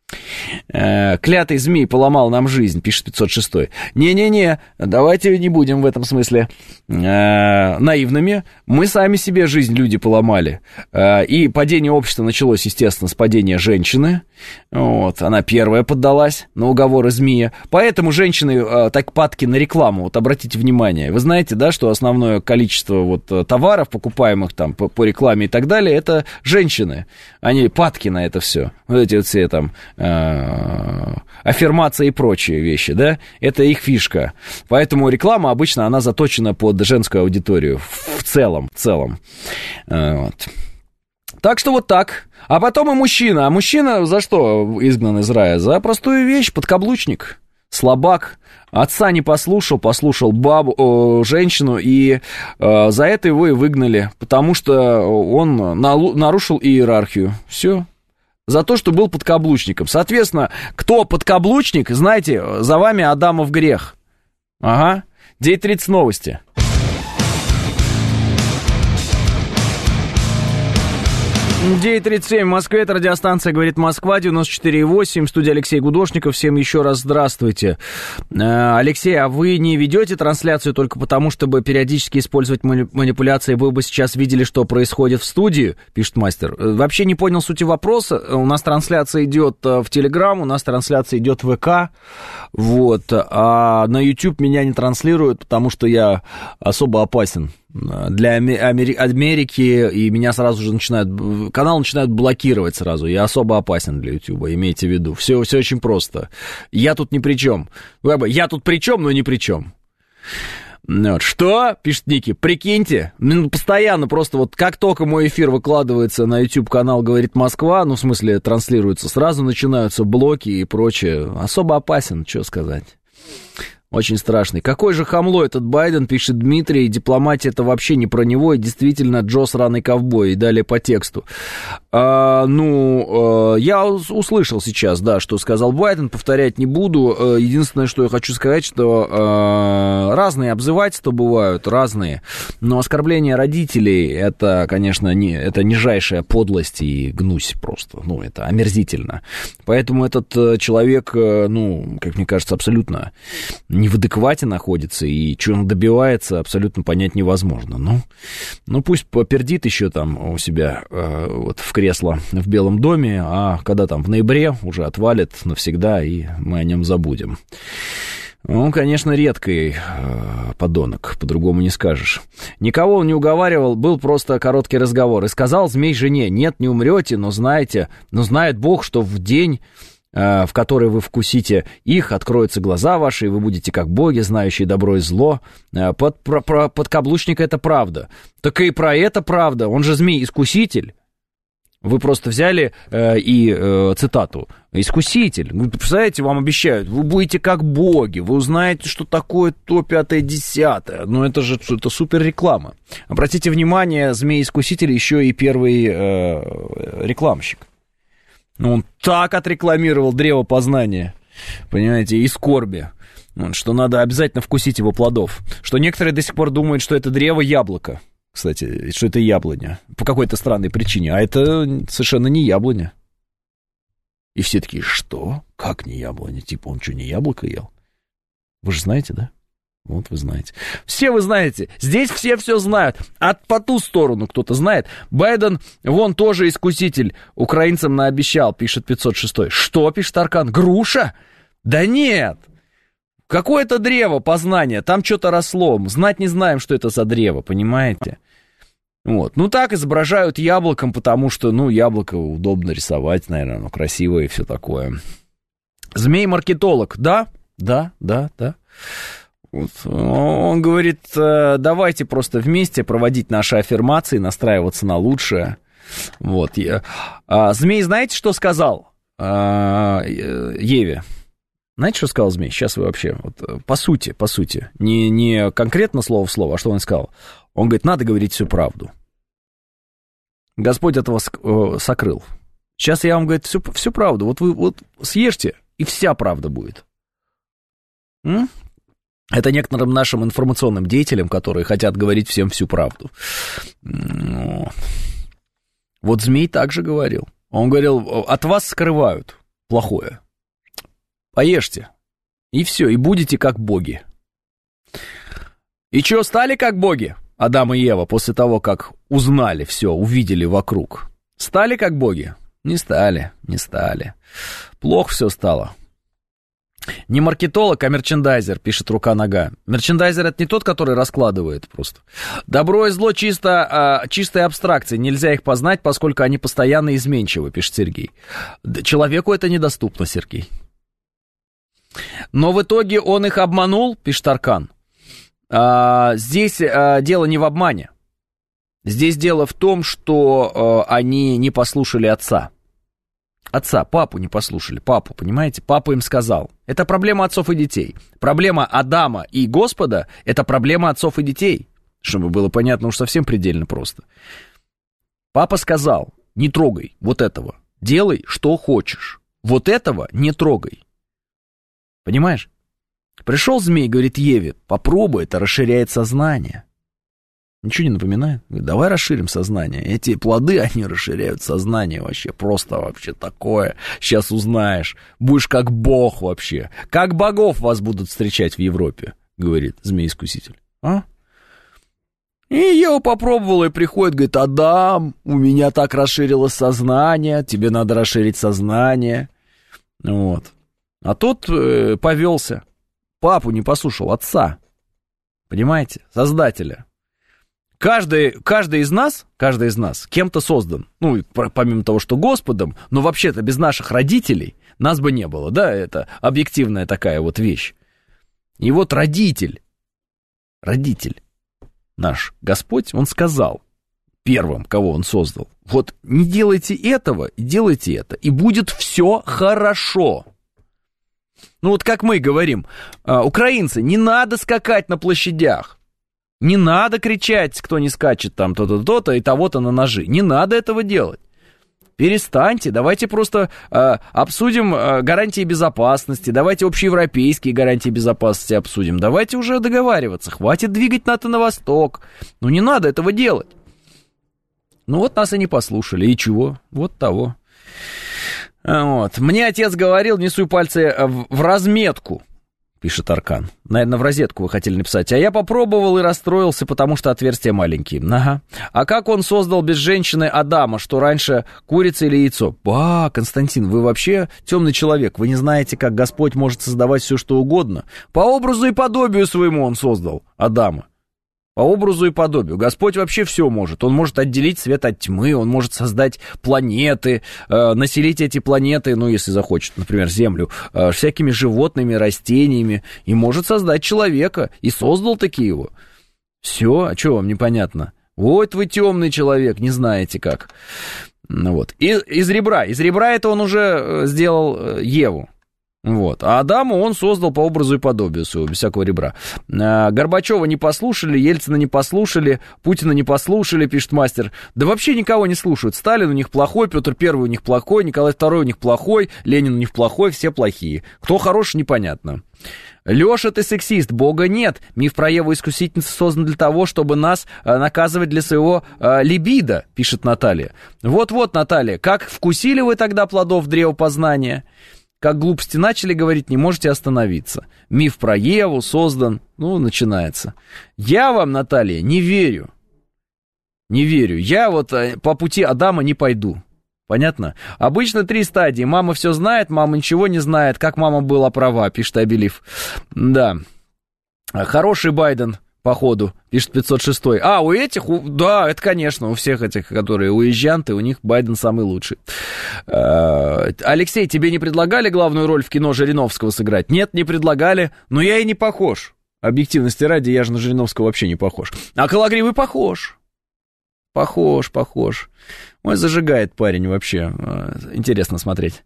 Клятый змей поломал нам жизнь, пишет 506. Не-не-не, давайте не будем в этом смысле наивными. Мы сами себе жизнь, люди, поломали. И падение общества началось, естественно, с падения женщины. Вот, она первая поддалась на уговоры змея. Поэтому женщины так падки на рекламу. Вот обратите внимание. Вы знаете, да, что основное количество вот товаров, покупаемых там по рекламе и так далее, это женщины. Они падки на это все. Вот эти вот все там аффирмации и прочие вещи, да, это их фишка. Поэтому реклама обычно, она заточена под женскую аудиторию в целом. Вот. Так что вот так. А потом и мужчина. А мужчина за что изгнан из рая? За простую вещь, подкаблучник, слабак. Отца не послушал женщину, и за это его и выгнали, потому что он нарушил иерархию. Все. За то, что был подкаблучником. Соответственно, кто подкаблучник, знаете, за вами Адамов грех. Ага. 9:30 новости. 9:37 в Москве, это радиостанция «Говорит Москва», 94,8, студия Алексей Гудошников. Всем еще раз здравствуйте. Алексей, а вы не ведете трансляцию только потому, чтобы периодически использовать манипуляции? Вы бы сейчас видели, что происходит в студии, пишет Мастер. Вообще не понял сути вопроса. У нас трансляция идет в Телеграм, у нас трансляция идет в ВК, вот, а на YouTube меня не транслируют, потому что я особо опасен для Америки, и меня сразу же канал начинают блокировать сразу. Я особо опасен для Ютуба, имейте в виду. Все очень просто. Я тут ни при чем. Я тут при чем, но ни при чем. Вот. Что? Пишет Ники. Прикиньте, постоянно просто вот как только мой эфир выкладывается на YouTube-канал «Говорит Москва», ну, в смысле, транслируется, сразу начинаются блоки и прочее. Особо опасен, что сказать. Очень страшный. Какой же хамло этот Байден, пишет Дмитрий. Дипломатия это вообще не про него. И действительно, Джо сраный ковбой. И далее по тексту. Я услышал сейчас, да, что сказал Байден. Повторять не буду. Единственное, что я хочу сказать, что разные обзывательства бывают, разные. Но оскорбление родителей, это, конечно, это нижайшая подлость и гнусь просто. Ну, это омерзительно. Поэтому этот человек, как мне кажется, абсолютно не в адеквате находится, и что он добивается, абсолютно понять невозможно. Ну пусть попердит еще там у себя вот в кресло в Белом доме, а когда там в ноябре уже отвалит навсегда, и мы о нем забудем. Он, конечно, редкий подонок, по-другому не скажешь. Никого он не уговаривал, был просто короткий разговор. И сказал змей жене: нет, не умрете, но знает Бог, что в день, в который вы вкусите их, откроются глаза ваши, и вы будете как боги, знающие добро и зло. Подкаблучник — это правда. Так и про это правда. Он же змей-искуситель. Вы просто взяли цитату. «Искуситель». Вы представляете, вам обещают, вы будете как боги, вы узнаете, что такое то, пятое, десятое. Ну, это же супер реклама. Обратите внимание, змей-искуситель еще и первый рекламщик. Он так отрекламировал древо познания, понимаете, и скорби, что надо обязательно вкусить его плодов. Что некоторые до сих пор думают, что это древо яблоко. Кстати, что это яблоня. По какой-то странной причине. А это совершенно не яблоня. И все такие: что? Как не яблоня? Типа он что, не яблоко ел? Вы же знаете, да? Вот вы знаете. Все вы знаете. Здесь все знают. А по ту сторону кто-то знает. Байден, вон, тоже искуситель. Украинцам наобещал, пишет 506. Что, пишет Аркан? Груша? Да нет. Какое-то древо познания. Там что-то росло. Знать не знаем, что это за древо, понимаете? Вот. Ну, так изображают яблоком, потому что, яблоко удобно рисовать, наверное, оно красивое и все такое. Змей-маркетолог. Да. Вот. Он говорит: давайте просто вместе проводить наши аффирмации, настраиваться на лучшее. Вот. Змей, знаете, что сказал Еве? Знаете, что сказал змей? Сейчас вы вообще, по сути, не конкретно слово в слово, а что он сказал? Он говорит: надо говорить всю правду. Господь этого сокрыл. Сейчас я вам, говорит, всю правду. Вот вы съешьте, и вся правда будет. Это некоторым нашим информационным деятелям, которые хотят говорить всем всю правду. Вот змей также говорил. Он говорил: от вас скрывают плохое. Поешьте. И все, и будете как боги. И что, стали как боги, Адам и Ева, после того, как узнали все, увидели вокруг? Стали как боги? Не стали. Плохо все стало. Не маркетолог, а мерчендайзер, пишет Рука-нога. Мерчендайзер — это не тот, который раскладывает просто. Добро и зло чистая абстракция. Нельзя их познать, поскольку они постоянно изменчивы, пишет Сергей. Человеку это недоступно, Сергей. Но в итоге он их обманул, пишет Аркан. Здесь дело не в обмане. Здесь дело в том, что они не послушали отца. Папу не послушали, понимаете? Папа им сказал. Это проблема отцов и детей. Проблема Адама и Господа — это проблема отцов и детей. Чтобы было понятно уж совсем предельно просто. Папа сказал: не трогай вот этого. Делай, что хочешь. Вот этого не трогай. Понимаешь? Пришел змей, говорит Еве: попробуй, это расширяет сознание. Ничего не напоминает? Говорит: давай расширим сознание. Эти плоды, они расширяют сознание вообще. Просто вообще такое. Сейчас узнаешь. Будешь как бог вообще. Как богов вас будут встречать в Европе, говорит змей-искуситель. И Ева попробовала и приходит, говорит: Адам, у меня так расширилось сознание. Тебе надо расширить сознание. Вот. А тот повелся. Папу не послушал, отца. Понимаете? Создателя. Каждый из нас кем-то создан. Помимо того, что Господом, но вообще-то без наших родителей нас бы не было, да, это объективная такая вот вещь. И вот родитель родитель наш, Господь, он сказал первым, кого он создал, вот не делайте этого, делайте это, и будет все хорошо. Ну вот как мы говорим, украинцы, не надо скакать на площадях, не надо кричать, кто не скачет там то-то, то-то и того-то на ножи, не надо этого делать. Перестаньте, давайте просто обсудим гарантии безопасности, давайте общеевропейские гарантии безопасности обсудим, давайте уже договариваться, хватит двигать НАТО на восток, ну не надо этого делать. Ну вот нас и не послушали, и чего, вот того. Вот. Мне отец говорил, не суй пальцы в разметку, пишет Аркан. Наверное, в розетку вы хотели написать. А я попробовал и расстроился, потому что отверстия маленькие. Ага. А как он создал без женщины Адама, что раньше курица или яйцо? Константин, вы вообще темный человек. Вы не знаете, как Господь может создавать все, что угодно. По образу и подобию своему он создал Адама. По образу и подобию. Господь вообще все может. Он может отделить свет от тьмы, он может создать планеты, населить эти планеты, ну, если захочет, например, Землю, всякими животными, растениями, и может создать человека, и создал таки его. Все, а что вам непонятно? Вот вы темный человек, не знаете как. Вот. Из ребра это он уже сделал Еву. Вот. А Адама он создал по образу и подобию своего, без всякого ребра. Горбачева не послушали, Ельцина не послушали, Путина не послушали, пишет мастер. Да вообще никого не слушают. Сталин у них плохой, Петр Первый у них плохой, Николай Второй у них плохой, Ленин у них плохой, все плохие. Кто хороший, непонятно. Леша, ты сексист, Бога нет. Миф про Еву-искусительницу создан для того, чтобы нас наказывать для своего либидо, пишет Наталья. Вот-вот, Наталья, как вкусили вы тогда плодов древа познания? Как глупости начали говорить, не можете остановиться. Миф про Еву создан, начинается. Я вам, Наталья, не верю. Не верю. Я вот по пути Адама не пойду. Понятно? Обычно 3 стадии. Мама все знает, мама ничего не знает. Как мама была права, пишет Абелив. Да. Хороший Байден, походу, пишет 506. У этих, да, это, конечно, у всех этих, которые уезжанты, у них Байден самый лучший. Алексей, тебе не предлагали главную роль в кино Жириновского сыграть? Нет, не предлагали, но я и не похож. Объективности ради, я же на Жириновского вообще не похож. А Кологривый похож. Похож. Ой, зажигает парень вообще. Интересно смотреть.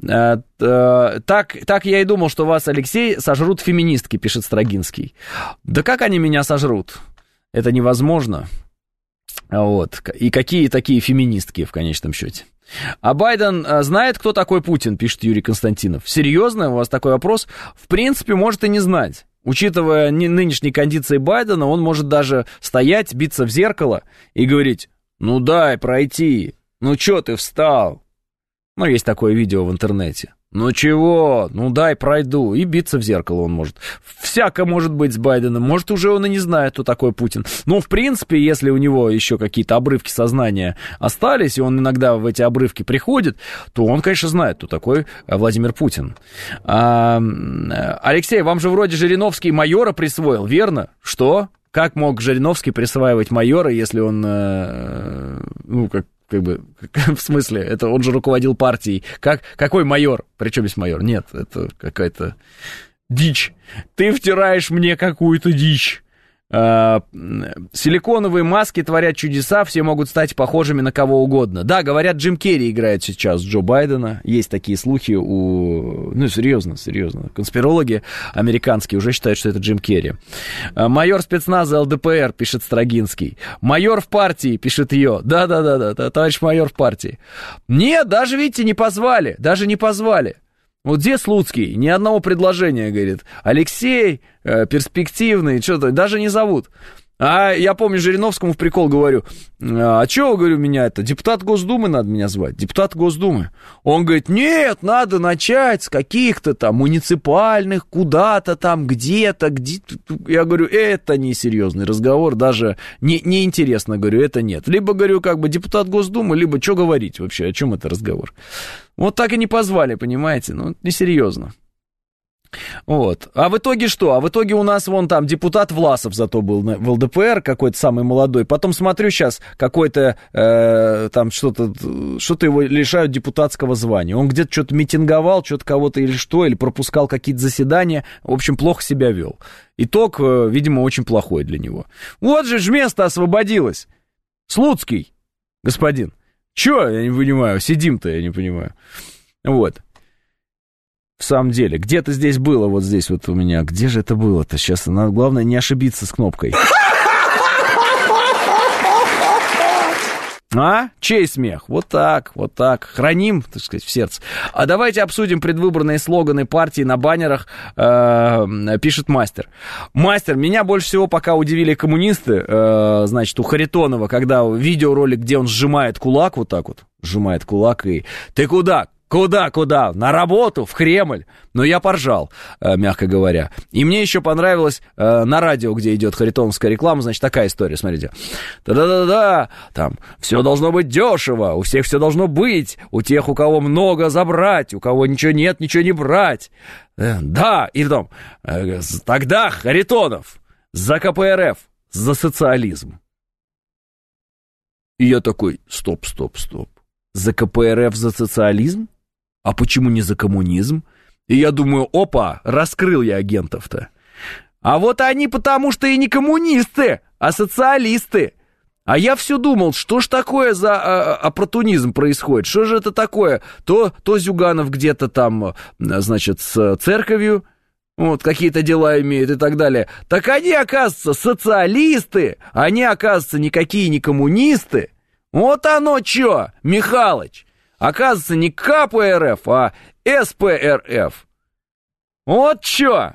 Так я и думал, что вас, Алексей, сожрут феминистки, пишет Строгинский. Да как они меня сожрут? Это невозможно. Вот. И какие такие феминистки в конечном счете? А Байден знает, кто такой Путин, пишет Юрий Константинов. Серьезно? У вас такой вопрос? В принципе, может и не знать. Учитывая нынешние кондиции Байдена, он может даже стоять, биться в зеркало и говорить: ну дай пройти, ну чё ты встал? Есть такое видео в интернете. Ну чего? Ну дай пройду. И биться в зеркало он может. Всяко может быть с Байденом. Может, уже он и не знает, кто такой Путин. Но, в принципе, если у него еще какие-то обрывки сознания остались, и он иногда в эти обрывки приходит, то он, конечно, знает, кто такой Владимир Путин. Алексей, вам же вроде Жириновский майора присвоил, верно? Что? Как мог Жириновский присваивать майора, если он, в смысле, это он же руководил партией. Какой майор? Причем здесь майор? Нет, это какая-то дичь. Ты втираешь мне какую-то дичь. Силиконовые маски творят чудеса, все могут стать похожими на кого угодно. Да, говорят, Джим Керри играет сейчас Джо Байдена. Есть такие слухи серьезно. Конспирологи американские уже считают, что это Джим Керри. Майор спецназа ЛДПР, пишет Строгинский. Майор в партии, пишет Йо. Да, товарищ майор в партии. Нет, даже, видите, не позвали. Вот где Слуцкий? Ни одного предложения, говорит. Алексей, перспективный, что-то, даже не зовут. А я помню, Жириновскому в прикол говорю: а чего, говорю, меня депутат Госдумы надо меня звать, депутат Госдумы. Он говорит: нет, надо начать с каких-то там муниципальных, куда-то там, где-то. Я говорю, это несерьезный разговор, даже неинтересно, говорю, это нет. Либо, говорю, депутат Госдумы, либо что говорить вообще, о чем это разговор. Вот так и не позвали, понимаете, несерьезно. Вот. А в итоге что? А в итоге у нас вон там депутат Власов зато был в ЛДПР, какой-то самый молодой. Потом смотрю сейчас, какой-то там что-то его лишают депутатского звания. Он где-то что-то митинговал, что-то кого-то или что, или пропускал какие-то заседания. В общем, плохо себя вел. Итог, видимо, очень плохой для него. Вот же место освободилось. Слуцкий, господин. Чё, я не понимаю, сидим-то, я не понимаю. Вот. В самом деле, где-то здесь было, вот здесь вот у меня. Где же это было-то? Сейчас, надо, главное, не ошибиться с кнопкой. А? Чей смех? Вот так. Храним, так сказать, в сердце. А давайте обсудим предвыборные слоганы партии на баннерах, пишет Мастер. Мастер, меня больше всего пока удивили коммунисты, значит, у Харитонова, когда видеоролик, где он сжимает кулак, вот так вот, сжимает кулак и... Ты куда? Куда? На работу, в Кремль. Но я поржал, мягко говоря. И мне еще понравилось на радио, где идет харитоновская реклама, значит, такая история, смотрите. Да-да-да-да, там, все должно быть дешево, у всех все должно быть, у тех, у кого много, забрать, у кого ничего нет, ничего не брать. Да, и потом, тогда Харитонов за КПРФ, за социализм. И я такой, стоп. За КПРФ, за социализм? А почему не за коммунизм? И я думаю, опа, раскрыл я агентов-то. А вот они потому что и не коммунисты, а социалисты. А я все думал, что ж такое за оппортунизм происходит? Что же это такое? То Зюганов где-то там, значит, с церковью, вот, какие-то дела имеет и так далее. Так они, оказывается, социалисты, они, оказывается, никакие не коммунисты. Вот оно чё, Михалыч. Оказывается, не КПРФ, а СПРФ. Вот чё.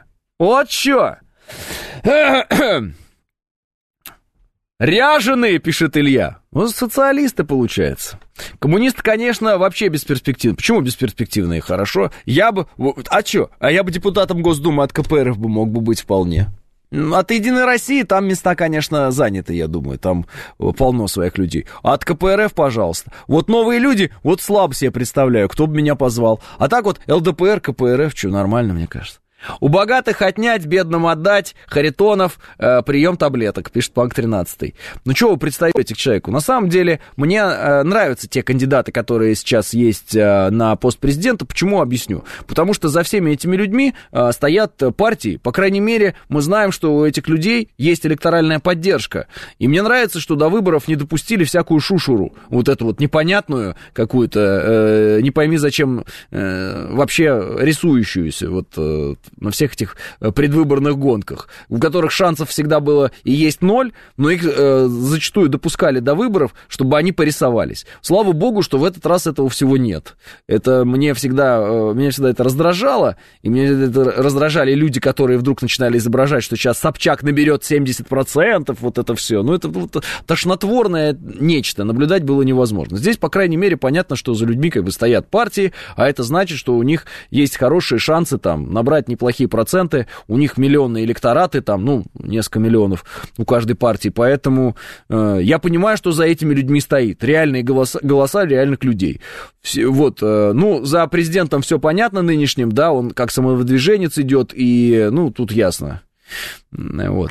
Ряженые, пишет Илья. Вот социалисты, получается. Коммунисты, конечно, вообще бесперспективные. Почему бесперспективные? Хорошо. Я бы... А чё? А я бы депутатом Госдумы от КПРФ бы мог бы быть вполне. От «Единой России» там места, конечно, заняты, я думаю, там полно своих людей. А от КПРФ, пожалуйста. Вот новые люди, вот слабо себе представляю, кто бы меня позвал. А так вот ЛДПР, КПРФ, что, нормально, мне кажется. У богатых отнять, бедным отдать. Харитонов, прием таблеток, пишет Панк 13. Ну, что вы представляете к человеку? На самом деле, мне нравятся те кандидаты, которые сейчас есть на пост президента. Почему? Объясню. Потому что за всеми этими людьми стоят партии. По крайней мере, мы знаем, что у этих людей есть электоральная поддержка. И мне нравится, что до выборов не допустили всякую шушуру. Вот эту вот непонятную какую-то, не пойми зачем, вообще рисующуюся. Вот на всех этих предвыборных гонках, у которых шансов всегда было и есть 0, но их зачастую допускали до выборов, чтобы они порисовались. Слава богу, что в этот раз этого всего нет. Это меня всегда это раздражало, и меня это раздражали люди, которые вдруг начинали изображать, что сейчас Собчак наберет 70%, вот это все. Ну, это вот тошнотворное нечто, наблюдать было невозможно. Здесь, по крайней мере, понятно, что за людьми как бы стоят партии, а это значит, что у них есть хорошие шансы там набрать неплохие проценты, у них миллионные электораты, там, ну, несколько миллионов у каждой партии, поэтому я понимаю, что за этими людьми стоит. Реальные голоса реальных людей. Вот, ну, за президентом все понятно нынешним, да, он как самовыдвиженец идет, и, ну, тут ясно. Вот.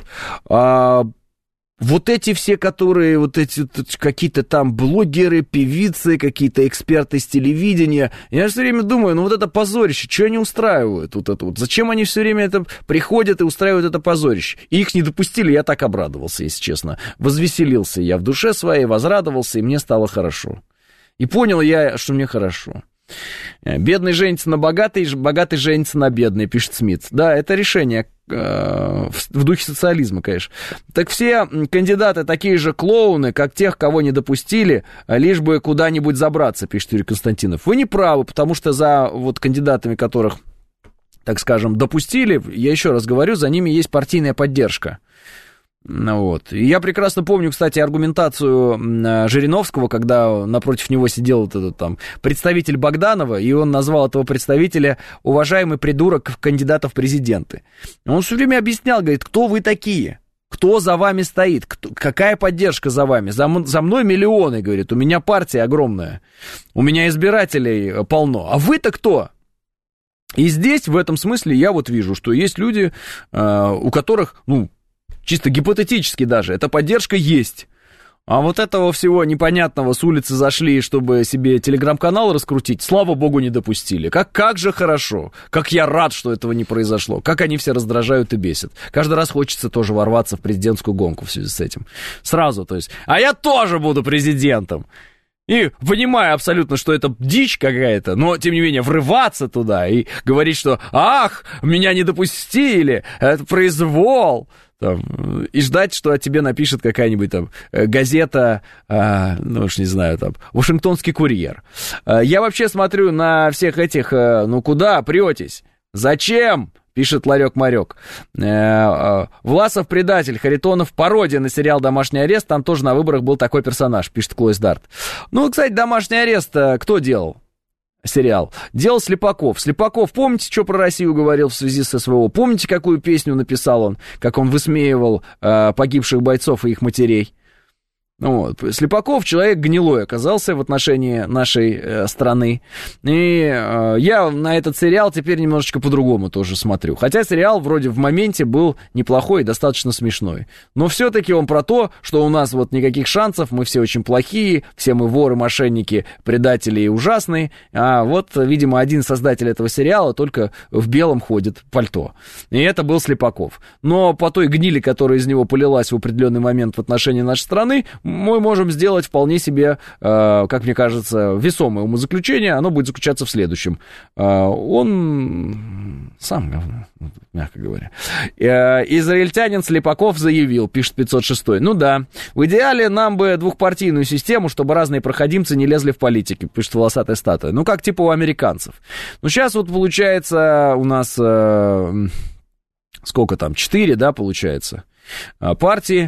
Вот эти все, которые, вот эти какие-то там блогеры, певицы, какие-то эксперты с телевидения, я все время думаю, ну вот это позорище, что они устраивают вот это вот? Зачем они все время это приходят и устраивают это позорище? И их не допустили, я так обрадовался, если честно. Возвеселился я в душе своей, возрадовался, и мне стало хорошо. И понял я, что мне хорошо. Бедный женится на богатой, богатый женится на бедной, пишет Смит. Да, это решение в духе социализма, конечно. Так все кандидаты такие же клоуны, как тех, кого не допустили, лишь бы куда-нибудь забраться, пишет Юрий Константинов. Вы не правы, потому что за вот кандидатами, которых, так скажем, допустили, я еще раз говорю, за ними есть партийная поддержка. Вот. И я прекрасно помню, кстати, аргументацию Жириновского, когда напротив него сидел вот этот там представитель Богданова, и он назвал этого представителя уважаемый придурок кандидата в президенты. Он все время объяснял, говорит, кто вы такие? Кто за вами стоит? Какая поддержка за вами? За мной миллионы, говорит, у меня партия огромная, у меня избирателей полно. А вы-то кто? И здесь, в этом смысле, я вот вижу, что есть люди, у которых, ну, чисто гипотетически даже, эта поддержка есть. А вот этого всего непонятного с улицы зашли, чтобы себе телеграм-канал раскрутить, слава богу, не допустили. Как же хорошо, как я рад, что этого не произошло, как они все раздражают и бесят. Каждый раз хочется тоже ворваться в президентскую гонку в связи с этим. Сразу, то есть, а я тоже буду президентом. И понимаю абсолютно, что это дичь какая-то, но, тем не менее, врываться туда и говорить, что «ах, меня не допустили, это произвол», там, и ждать, что о тебе напишет какая-нибудь там газета, ну уж не знаю, там, «Вашингтонский курьер». Я вообще смотрю на всех этих, ну куда претесь? Зачем? Пишет Ларек-Марек. Власов предатель, Харитонов пародия на сериал «Домашний арест». Там тоже на выборах был такой персонаж, пишет Клойс Дарт. Ну, кстати, «Домашний арест» кто делал? Сериал. Делал Слепаков. Слепаков, помните, что про Россию говорил в связи с СВО? Помните, какую песню написал он? Как он высмеивал погибших бойцов и их матерей? Вот. Слепаков человек гнилой оказался в отношении нашей страны. И я на этот сериал теперь немножечко по-другому тоже смотрю. Хотя сериал вроде в моменте был неплохой и достаточно смешной. Но все-таки он про то, что у нас вот никаких шансов, мы все очень плохие, все мы воры, мошенники, предатели и ужасные. А вот, видимо, один создатель этого сериала только в белом ходит пальто. И это был Слепаков. Но по той гнили, которая из него полилась в определенный момент в отношении нашей страны, мы можем сделать вполне себе, как мне кажется, весомое умозаключение. Оно будет заключаться в следующем. Он сам говно, мягко говоря. Израильтянин Слепаков заявил, пишет 506. Ну да, в идеале нам бы двухпартийную систему, чтобы разные проходимцы не лезли в политику, пишет волосатая статуя. Ну как типа у американцев. Ну сейчас вот получается у нас, сколько там, 4, да, получается, партии.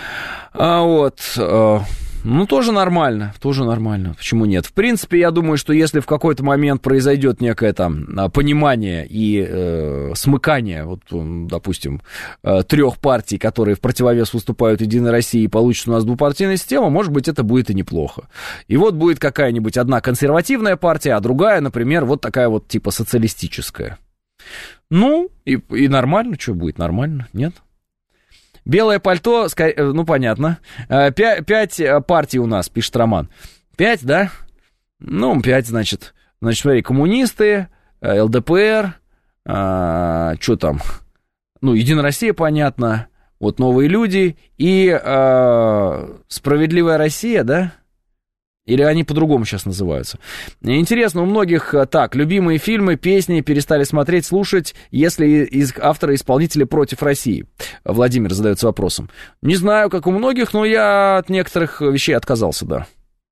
Ну, тоже нормально, почему нет? В принципе, я думаю, что если в какой-то момент произойдет некое там понимание и смыкание, вот, допустим, 3 партий, которые в противовес выступают Единой России, и получится у нас двупартийная система, может быть, это будет и неплохо. И вот будет какая-нибудь одна консервативная партия, а другая, например, вот такая вот типа социалистическая. Ну, и нормально, что будет, нормально, нет? Белое пальто, ну, понятно. 5 партий у нас, пишет Роман. 5, да? Ну, 5, значит, смотри, коммунисты, ЛДПР, что там? Ну, Единая Россия, понятно. Вот новые люди и Справедливая Россия, да? Или они по-другому сейчас называются? Интересно, у многих так, любимые фильмы, песни перестали смотреть, слушать, если авторы-исполнители против России. Владимир задается вопросом. Не знаю, как у многих, но я от некоторых вещей отказался, да.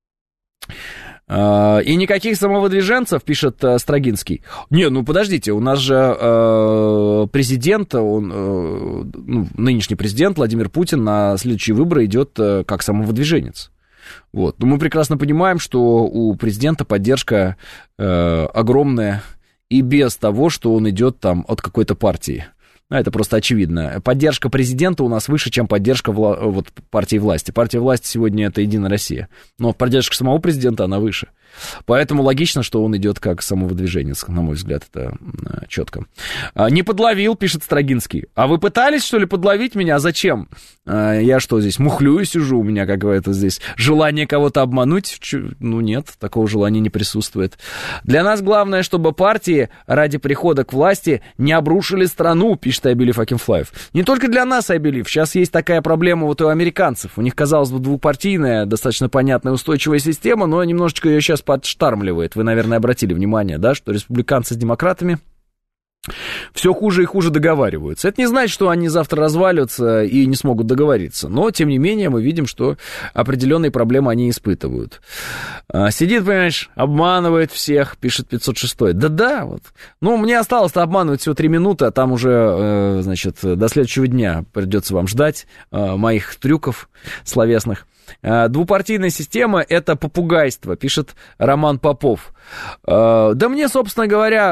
И никаких самовыдвиженцев, пишет Строгинский. Не, ну подождите, у нас же президент, нынешний президент Владимир Путин на следующие выборы идет как самовыдвиженец. Вот. Но мы прекрасно понимаем, что у президента поддержка огромная и без того, что он идет там от какой-то партии. Это просто очевидно. Поддержка президента у нас выше, чем поддержка вот, партии власти. Партия власти сегодня это Единая Россия. Но поддержка самого президента, она выше. Поэтому логично, что он идет как самовыдвиженец, на мой взгляд, это четко. Не подловил, пишет Строгинский. А вы пытались, что ли, подловить меня? А зачем? Я что здесь, мухлюю сижу? У меня какое-то здесь желание кого-то обмануть? Ну нет, такого желания не присутствует. Для нас главное, чтобы партии ради прихода к власти не обрушили страну, пишет I Believe I Can Fly. Не только для нас, I Believe. Сейчас есть такая проблема вот у американцев. У них, казалось бы, двухпартийная, достаточно понятная, устойчивая система, но немножечко ее сейчас подштармливает. Вы, наверное, обратили внимание, да, что республиканцы с демократами все хуже и хуже договариваются. Это не значит, что они завтра развалятся и не смогут договориться. Но, тем не менее, мы видим, что определенные проблемы они испытывают. Сидит, понимаешь, обманывает всех, пишет 506. Да-да, вот. Ну, мне осталось-то обманывать всего 3 минуты, а там уже, значит, до следующего дня придется вам ждать моих трюков словесных. Двупартийная система — это попугайство, пишет Роман Попов. Да мне, собственно говоря,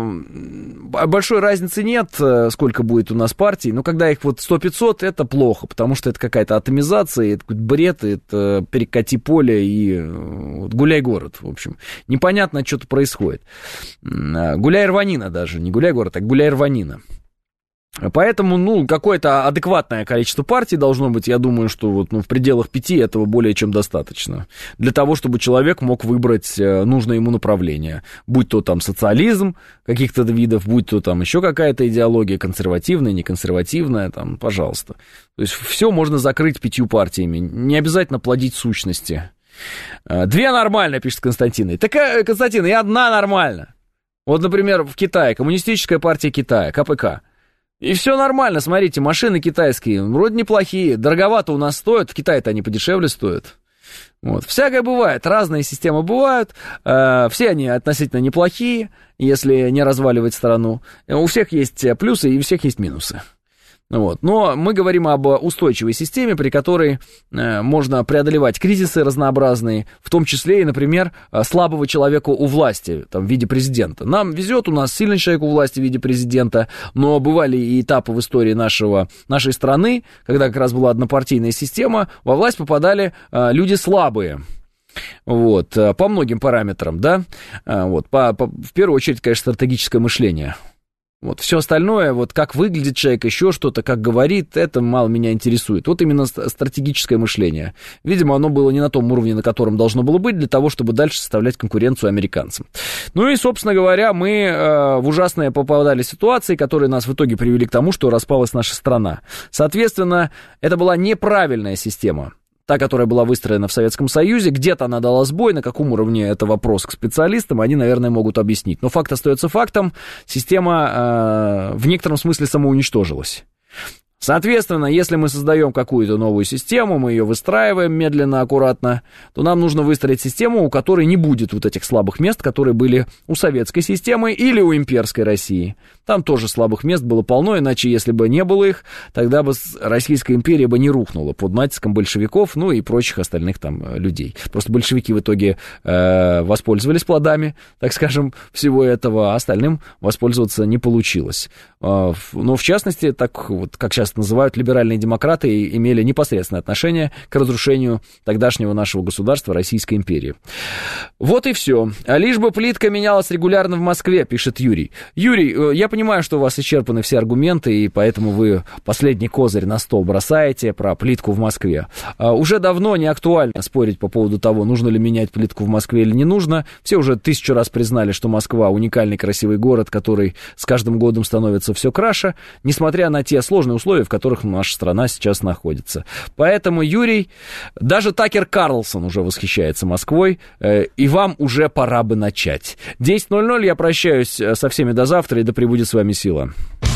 большой разницы нет, сколько будет у нас партий, но когда их вот 100-500, это плохо, потому что это какая-то атомизация, это бред, это перекати поле и гуляй город, в общем. Непонятно, что-то происходит. Гуляй рванина даже, не гуляй город, а гуляй рванина. Поэтому, какое-то адекватное количество партий должно быть. Я думаю, что вот, в пределах 5 этого более чем достаточно. Для того, чтобы человек мог выбрать нужное ему направление. Будь то там социализм каких-то видов, будь то там еще какая-то идеология, консервативная, неконсервативная, там, пожалуйста. То есть все можно закрыть 5 партиями. Не обязательно плодить сущности. 2 нормально, пишет Константин. Так, Константин, и 1 нормально. Вот, например, в Китае, Коммунистическая партия Китая, КПК. И все нормально, смотрите, машины китайские, вроде неплохие, дороговато у нас стоят, в Китае-то они подешевле стоят. Вот. Всякое бывает, разные системы бывают, все они относительно неплохие, если не разваливать страну. У всех есть плюсы и у всех есть минусы. Вот. Но мы говорим об устойчивой системе, при которой можно преодолевать кризисы разнообразные, в том числе и, например, слабого человека у власти, там, в виде президента. Нам везет, у нас сильный человек у власти в виде президента, но бывали и этапы в истории нашей страны, когда как раз была однопартийная система, во власть попадали люди слабые. Вот, по многим параметрам, да, вот, в первую очередь, конечно, стратегическое мышление. Вот, все остальное, вот как выглядит человек, еще что-то, как говорит, это мало меня интересует. Вот именно стратегическое мышление. Видимо, оно было не на том уровне, на котором должно было быть, для того, чтобы дальше составлять конкуренцию американцам. Ну и, собственно говоря, мы в ужасные попадали ситуации, которые нас в итоге привели к тому, что распалась наша страна. Соответственно, это была неправильная система. Та, которая была выстроена в Советском Союзе, где-то она дала сбой, на каком уровне это вопрос к специалистам, они, наверное, могут объяснить. Но факт остается фактом, система в некотором смысле самоуничтожилась. Соответственно, если мы создаем какую-то новую систему, мы ее выстраиваем медленно, аккуратно, то нам нужно выстроить систему, у которой не будет вот этих слабых мест, которые были у советской системы или у имперской России. Там тоже слабых мест было полно, иначе если бы не было их, тогда бы Российская империя бы не рухнула под натиском большевиков, ну и прочих остальных там людей. Просто большевики в итоге воспользовались плодами, так скажем, всего этого, а остальным воспользоваться не получилось. Но в частности, так вот, как сейчас называют, либеральные демократы имели непосредственное отношение к разрушению тогдашнего нашего государства, Российской империи. Вот и все. Лишь бы плитка менялась регулярно в Москве, пишет Юрий. Юрий, я понимаю, что у вас исчерпаны все аргументы, и поэтому вы последний козырь на стол бросаете про плитку в Москве. Уже давно не актуально спорить по поводу того, нужно ли менять плитку в Москве или не нужно. Все уже 1000 раз признали, что Москва уникальный красивый город, который с каждым годом становится все краше, несмотря на те сложные условия, в которых наша страна сейчас находится. Поэтому, Юрий, даже Такер Карлсон уже восхищается Москвой, и вам уже пора бы начать. 10:00, я прощаюсь со всеми до завтра, и да пребудет с вами сила.